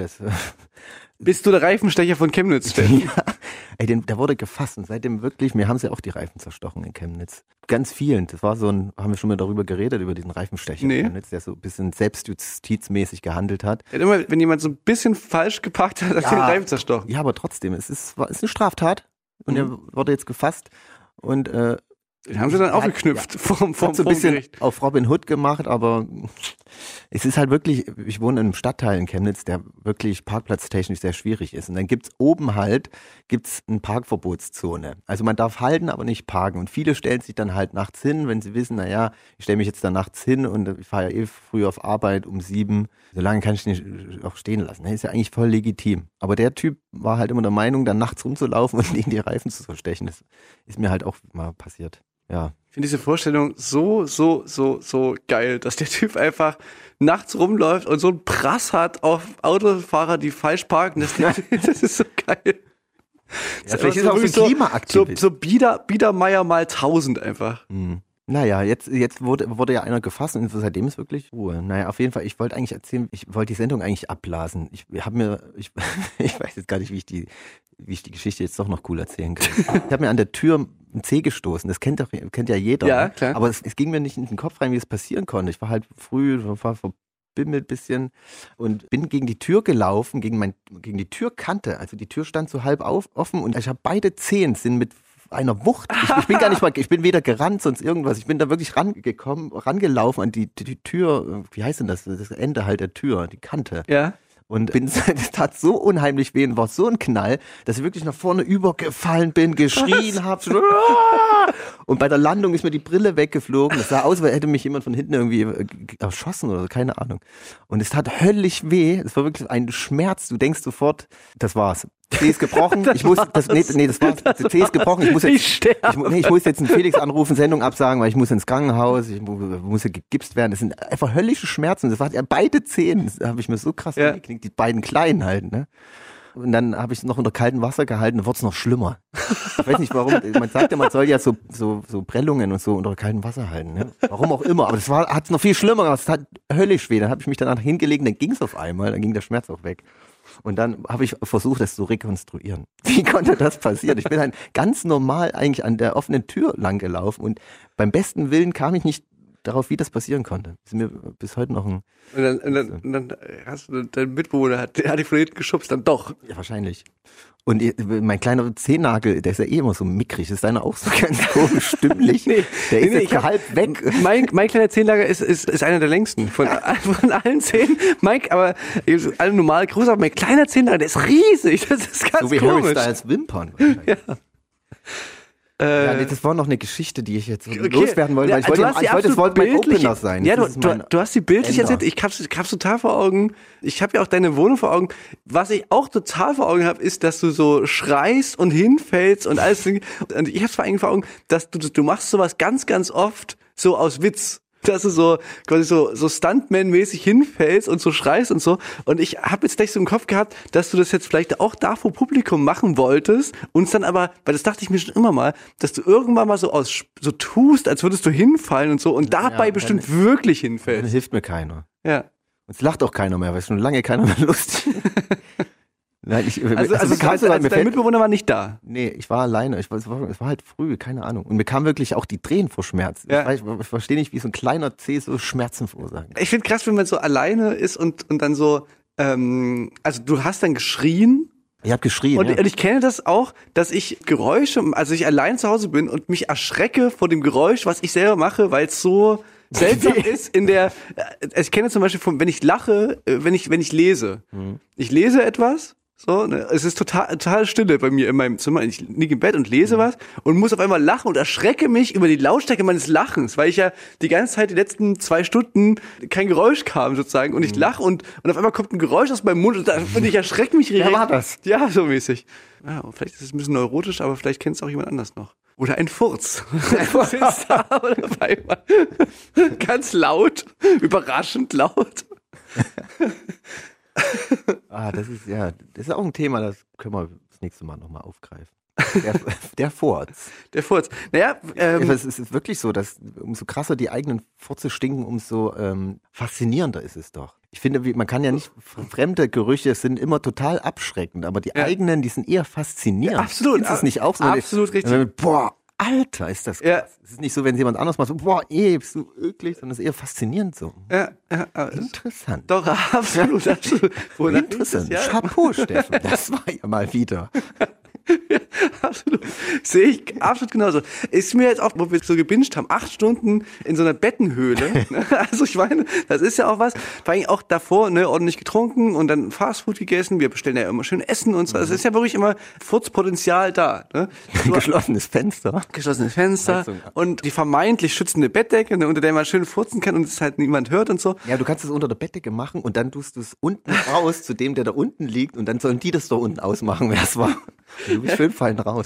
Bist du der Reifenstecher von Chemnitz, Stefan? Ja. Ey, da wurde gefasst und seitdem wirklich, mir haben sie auch die Reifen zerstochen in Chemnitz. Ganz vielen. Das war haben wir schon mal darüber geredet, über diesen Reifenstecher in Chemnitz, der so ein bisschen selbstjustizmäßig gehandelt hat. Ja, immer, wenn jemand so ein bisschen falsch geparkt hat, hat er den Reifen zerstochen. Ja, aber trotzdem, es ist eine Straftat und er wurde jetzt gefasst und den haben sie dann aufgeknüpft vom so ein bisschen Gericht. auf Robin Hood gemacht, aber es ist halt wirklich, ich wohne in einem Stadtteil in Chemnitz, der wirklich parkplatztechnisch sehr schwierig ist. Und dann gibt's oben eine Parkverbotszone. Also man darf halten, aber nicht parken. Und viele stellen sich dann halt nachts hin, wenn sie wissen, naja, ich stelle mich jetzt dann nachts hin und ich fahre ja früh auf Arbeit um 7. Solange kann ich nicht auch stehen lassen. Das ist ja eigentlich voll legitim. Aber der Typ war halt immer der Meinung, dann nachts rumzulaufen und gegen die Reifen zu verstechen. Das ist mir halt auch mal passiert. Ja. Ich finde diese Vorstellung so geil, dass der Typ einfach nachts rumläuft und so einen Prass hat auf Autofahrer, die falsch parken. Das ist so geil. Ja, vielleicht ist auch so Klimaaktivist. So Biedermeier mal 1000 einfach. Naja, jetzt wurde ja einer gefasst und seitdem ist wirklich Ruhe. Naja, auf jeden Fall, ich wollte eigentlich erzählen, ich wollte die Sendung eigentlich abblasen. Ich weiß jetzt gar nicht, wie ich die Geschichte jetzt doch noch cool erzählen kann. Ich habe mir an der Tür ein Zeh gestoßen, das kennt ja jeder. Ja, klar. Aber es ging mir nicht in den Kopf rein, wie es passieren konnte. Ich war halt früh, war verbimmelt ein bisschen und bin gegen die Tür gelaufen, gegen die Türkante. Also die Tür stand so halb offen und ich habe beide Zehen sind mit einer Wucht. Ich bin weder gerannt, sonst irgendwas. Ich bin da wirklich rangelaufen an die Tür, wie heißt denn das? Das Ende halt der Tür, die Kante. Ja. Und das tat so unheimlich weh und war so ein Knall, dass ich wirklich nach vorne übergefallen bin, geschrien habe. Und bei der Landung ist mir die Brille weggeflogen. Es sah aus, als hätte mich jemand von hinten irgendwie erschossen oder so, keine Ahnung. Und es tat höllisch weh. Es war wirklich ein Schmerz. Du denkst sofort, das war's. C ist gebrochen. Das war's. C ist gebrochen. Ich muss jetzt einen Felix anrufen, Sendung absagen, weil ich muss ins Krankenhaus. Ich muss ja gegipst werden. Das sind einfach höllische Schmerzen. Das war ja beide Zehen. Das habe ich mir so krass geknickt. Die beiden kleinen halt, ne? Und dann habe ich es noch unter kaltem Wasser gehalten, dann wurde es noch schlimmer. Ich weiß nicht warum. Man sagt ja, man soll ja so Prellungen und so unter kaltem Wasser halten. Ne? Warum auch immer. Aber das hat noch viel schlimmer gemacht. Es hat höllisch weh. Dann habe ich mich danach hingelegt, dann ging es auf einmal. Dann ging der Schmerz auch weg. Und dann habe ich versucht, das zu rekonstruieren. Wie konnte das passieren? Ich bin dann ganz normal eigentlich an der offenen Tür lang gelaufen und beim besten Willen kam ich nicht darauf, wie das passieren konnte. Das ist mir bis heute noch ein... Und dann hast du deinen Mitbewohner, der hat dich von hinten geschubst, dann doch. Ja, wahrscheinlich. Und mein kleiner Zehennagel, der ist ja eh immer so mickrig. Ist deiner auch so ganz komisch stimmlich? Der ist jetzt halb weg. Mein kleiner Zehennagel ist einer der längsten von allen Zähnen. Mike, aber alle normal groß, aber mein kleiner Zehennagel, der ist riesig. Das ist ganz komisch. So wie Harry Styles Wimpern. Ja. Das war noch eine Geschichte, die ich jetzt loswerden wollte, weil ich wollte mein Opener sein. Ja, du hast die bildlich erzählt. Ich hab's total vor Augen. Ich habe ja auch deine Wohnung vor Augen. Was ich auch total vor Augen habe, ist, dass du so schreist und hinfällst und alles. Und ich hab's vor Augen, dass du machst sowas ganz, ganz oft so aus Witz. Dass du so quasi so Stuntman-mäßig hinfällst und so schreist und so. Und ich habe jetzt gleich so im Kopf gehabt, dass du das jetzt vielleicht auch da vor Publikum machen wolltest. Und dann aber, weil das dachte ich mir schon immer mal, dass du irgendwann mal so tust, als würdest du hinfallen und so. Und dabei bestimmt wirklich hinfällst. Dann hilft mir keiner. Ja. Und es lacht auch keiner mehr, weil es schon lange keiner mehr lustig. Nein, dein Mitbewohner war nicht da. Nee, ich war alleine. Es war halt früh, keine Ahnung. Und mir kamen wirklich auch die Tränen vor Schmerz. Ja. Ich verstehe nicht, wie so ein kleiner Zeh so Schmerzen verursachen kann. Ich finde krass, wenn man so alleine ist und dann so, also du hast dann geschrien. Ich habe geschrien. Und ich kenne das auch, dass ich Geräusche, also ich allein zu Hause bin und mich erschrecke vor dem Geräusch, was ich selber mache, weil es so seltsam ist in der, ich kenne zum Beispiel wenn ich lache, wenn ich lese. Ich lese etwas, so, ne, es ist total Stille bei mir in meinem Zimmer. Ich liege im Bett und lese was und muss auf einmal lachen und erschrecke mich über die Lautstärke meines Lachens, weil ich ja die ganze Zeit, die letzten 2 Stunden kein Geräusch kam sozusagen und ich lache und auf einmal kommt ein Geräusch aus meinem Mund und ich erschrecke mich direkt. Wer war das? Ja, so mäßig. Ja, vielleicht ist es ein bisschen neurotisch, aber vielleicht kennt es auch jemand anders noch. Oder ein Furz. Ein Furz ist da oder auf einmal. Ganz laut, überraschend laut. Das ist auch ein Thema, das können wir das nächste Mal nochmal aufgreifen. Der Furz. Der Furz. Naja, es ist wirklich so, dass umso krasser die eigenen Furze stinken, umso faszinierender ist es doch. Ich finde, man kann ja nicht, fremde Gerüche sind immer total abschreckend, aber die eigenen, die sind eher faszinierend. Ja, absolut. Ist es nicht auch so? Absolut richtig. Boah, Alter, ist das krass. Ja. Es ist nicht so, wenn jemand anders macht, so, boah, bist du eklig, sondern es ist eher faszinierend so. Ja. Interessant. Doch, absolut. Interessant. Chapeau, Steffen. Das war ja mal wieder. Ja, absolut. Sehe ich absolut genauso. Ist mir jetzt auch, wo wir so gebinged haben, 8 Stunden in so einer Bettenhöhle. Also ich meine, das ist ja auch was. Vor allem auch davor, ne, ordentlich getrunken und dann Fastfood gegessen. Wir bestellen ja immer schön Essen und so. Es ist ja wirklich immer Furzpotenzial da. Ne? Geschlossenes Fenster. Heizung. Und die vermeintlich schützende Bettdecke, ne, unter der man schön furzen kann und es halt niemand hört und so. Ja, du kannst es unter der Bettdecke machen und dann tust du es unten raus zu dem, der da unten liegt und dann sollen die das da unten ausmachen, wer es war. Du bist schön fallen raus.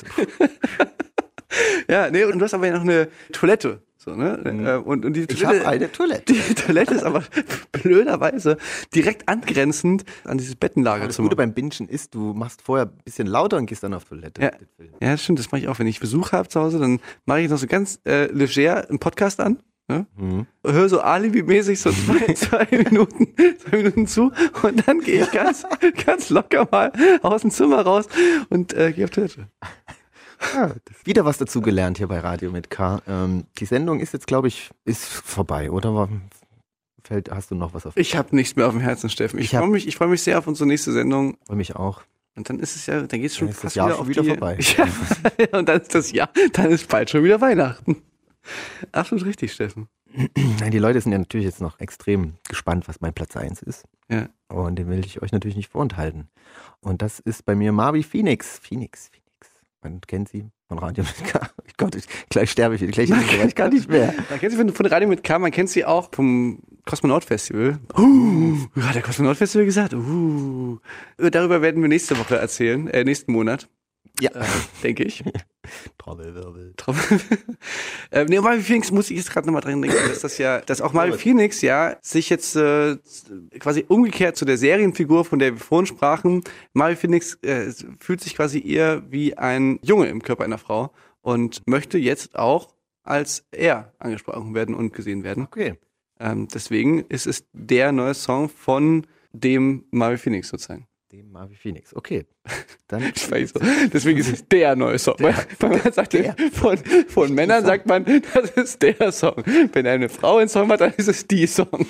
Ja, nee, und du hast aber ja noch eine Toilette. So, ne? Und die Toilette, ich habe eine Toilette. Die Toilette ist aber blöderweise direkt angrenzend an dieses Bettenlager. Das Gute beim Bingen ist, du machst vorher ein bisschen lauter und gehst dann auf Toilette. Ja, das stimmt, das mache ich auch. Wenn ich Besuch habe zu Hause, dann mache ich noch so ganz leger einen Podcast an. Ne? Hör so alibi-mäßig so zwei Minuten zu und dann gehe ich ganz locker mal aus dem Zimmer raus und gehe auf Toilette. Ja, wieder was dazu gelernt hier bei Radio mit K. Die Sendung ist jetzt, glaube ich, ist vorbei, oder? Hast du noch was auf? Ich habe nichts mehr auf dem Herzen, Steffen. Ich freue mich sehr auf unsere nächste Sendung. Freue mich auch. Und dann ist es ja, dann geht's schon dann ist fast das Jahr wieder vorbei. Ja, und dann ist das Jahr, dann ist bald schon wieder Weihnachten. Absolut richtig, Steffen. Die Leute sind ja natürlich jetzt noch extrem gespannt, was mein Platz 1 ist. Ja. Und den will ich euch natürlich nicht vorenthalten. Und das ist bei mir Marvi Phoenix. Phoenix. Man kennt sie von Radio mit K. Gott, gleich sterbe ich, ich kann nicht mehr. Man kennt sie von Radio mit K, man kennt sie auch vom Kosmonaut-Festival. Hat der Kosmonaut-Festival gesagt? Darüber werden wir nächste Woche erzählen, nächsten Monat. Ja. Denke ich. Trommelwirbel. Marvi Phoenix muss ich jetzt gerade nochmal dran denken, dass auch Marvi Phoenix ja sich jetzt quasi umgekehrt zu der Serienfigur, von der wir vorhin sprachen. Marvi Phoenix fühlt sich quasi eher wie ein Junge im Körper einer Frau und möchte jetzt auch als er angesprochen werden und gesehen werden. Okay. Deswegen ist es der neue Song von dem Marvi Phoenix sozusagen. Dem Marvi Phoenix, okay. Dann deswegen ist es der neue Song. Man sagt von Männern sagt man, das ist der Song. Wenn eine Frau einen Song macht, dann ist es die Song.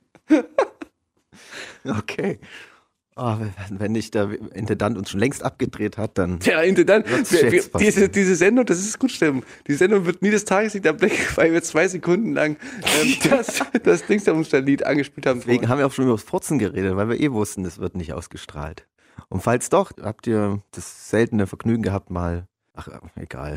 Okay. Oh, wenn nicht der Intendant uns schon längst abgedreht hat, dann... Der Intendant, diese Sendung, das ist gut stimmen. Die Sendung wird nie des Tageslicht erblickt, weil wir 2 Sekunden lang das Dingsda-Lied angespielt haben. Deswegen haben wir auch schon über das Furzen geredet, weil wir wussten, das wird nicht ausgestrahlt. Und falls doch, habt ihr das seltene Vergnügen gehabt, mal... Ach, egal.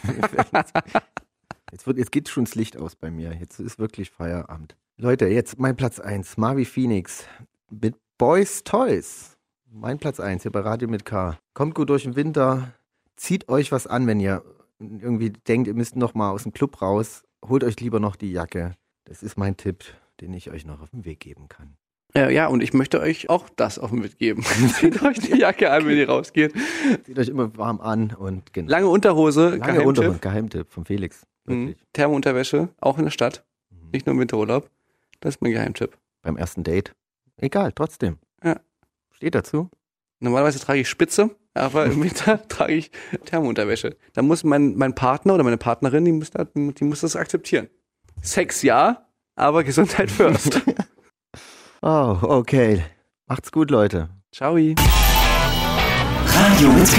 Jetzt geht schon das Licht aus bei mir. Jetzt ist wirklich Feierabend. Leute, jetzt mein Platz 1. Marvi Phoenix mit Boys Toys. Mein Platz 1 hier bei Radio mit K. Kommt gut durch den Winter. Zieht euch was an, wenn ihr irgendwie denkt, ihr müsst noch mal aus dem Club raus. Holt euch lieber noch die Jacke. Das ist mein Tipp, den ich euch noch auf den Weg geben kann. Ja, und ich möchte euch auch das auf den Weg geben. Zieht euch die Jacke an, wenn ihr rausgeht. Zieht euch immer warm an und genau. Lange Unterhose, Geheimtipp von Felix. Thermounterwäsche, auch in der Stadt. Nicht nur im Winterurlaub. Das ist mein Geheimtipp. Beim ersten Date. Egal, trotzdem. Ja. Steht dazu. Normalerweise trage ich Spitze, aber im Winter trage ich Thermounterwäsche. Da muss mein Partner oder meine Partnerin, die muss das akzeptieren. Sex ja, aber Gesundheit first. Oh, okay. Macht's gut, Leute. Ciao. Radio mit K.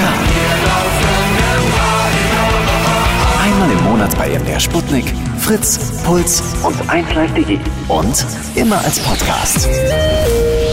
Einmal im Monat bei MDR Sputnik, Fritz, Puls und 1Live.de. Und immer als Podcast.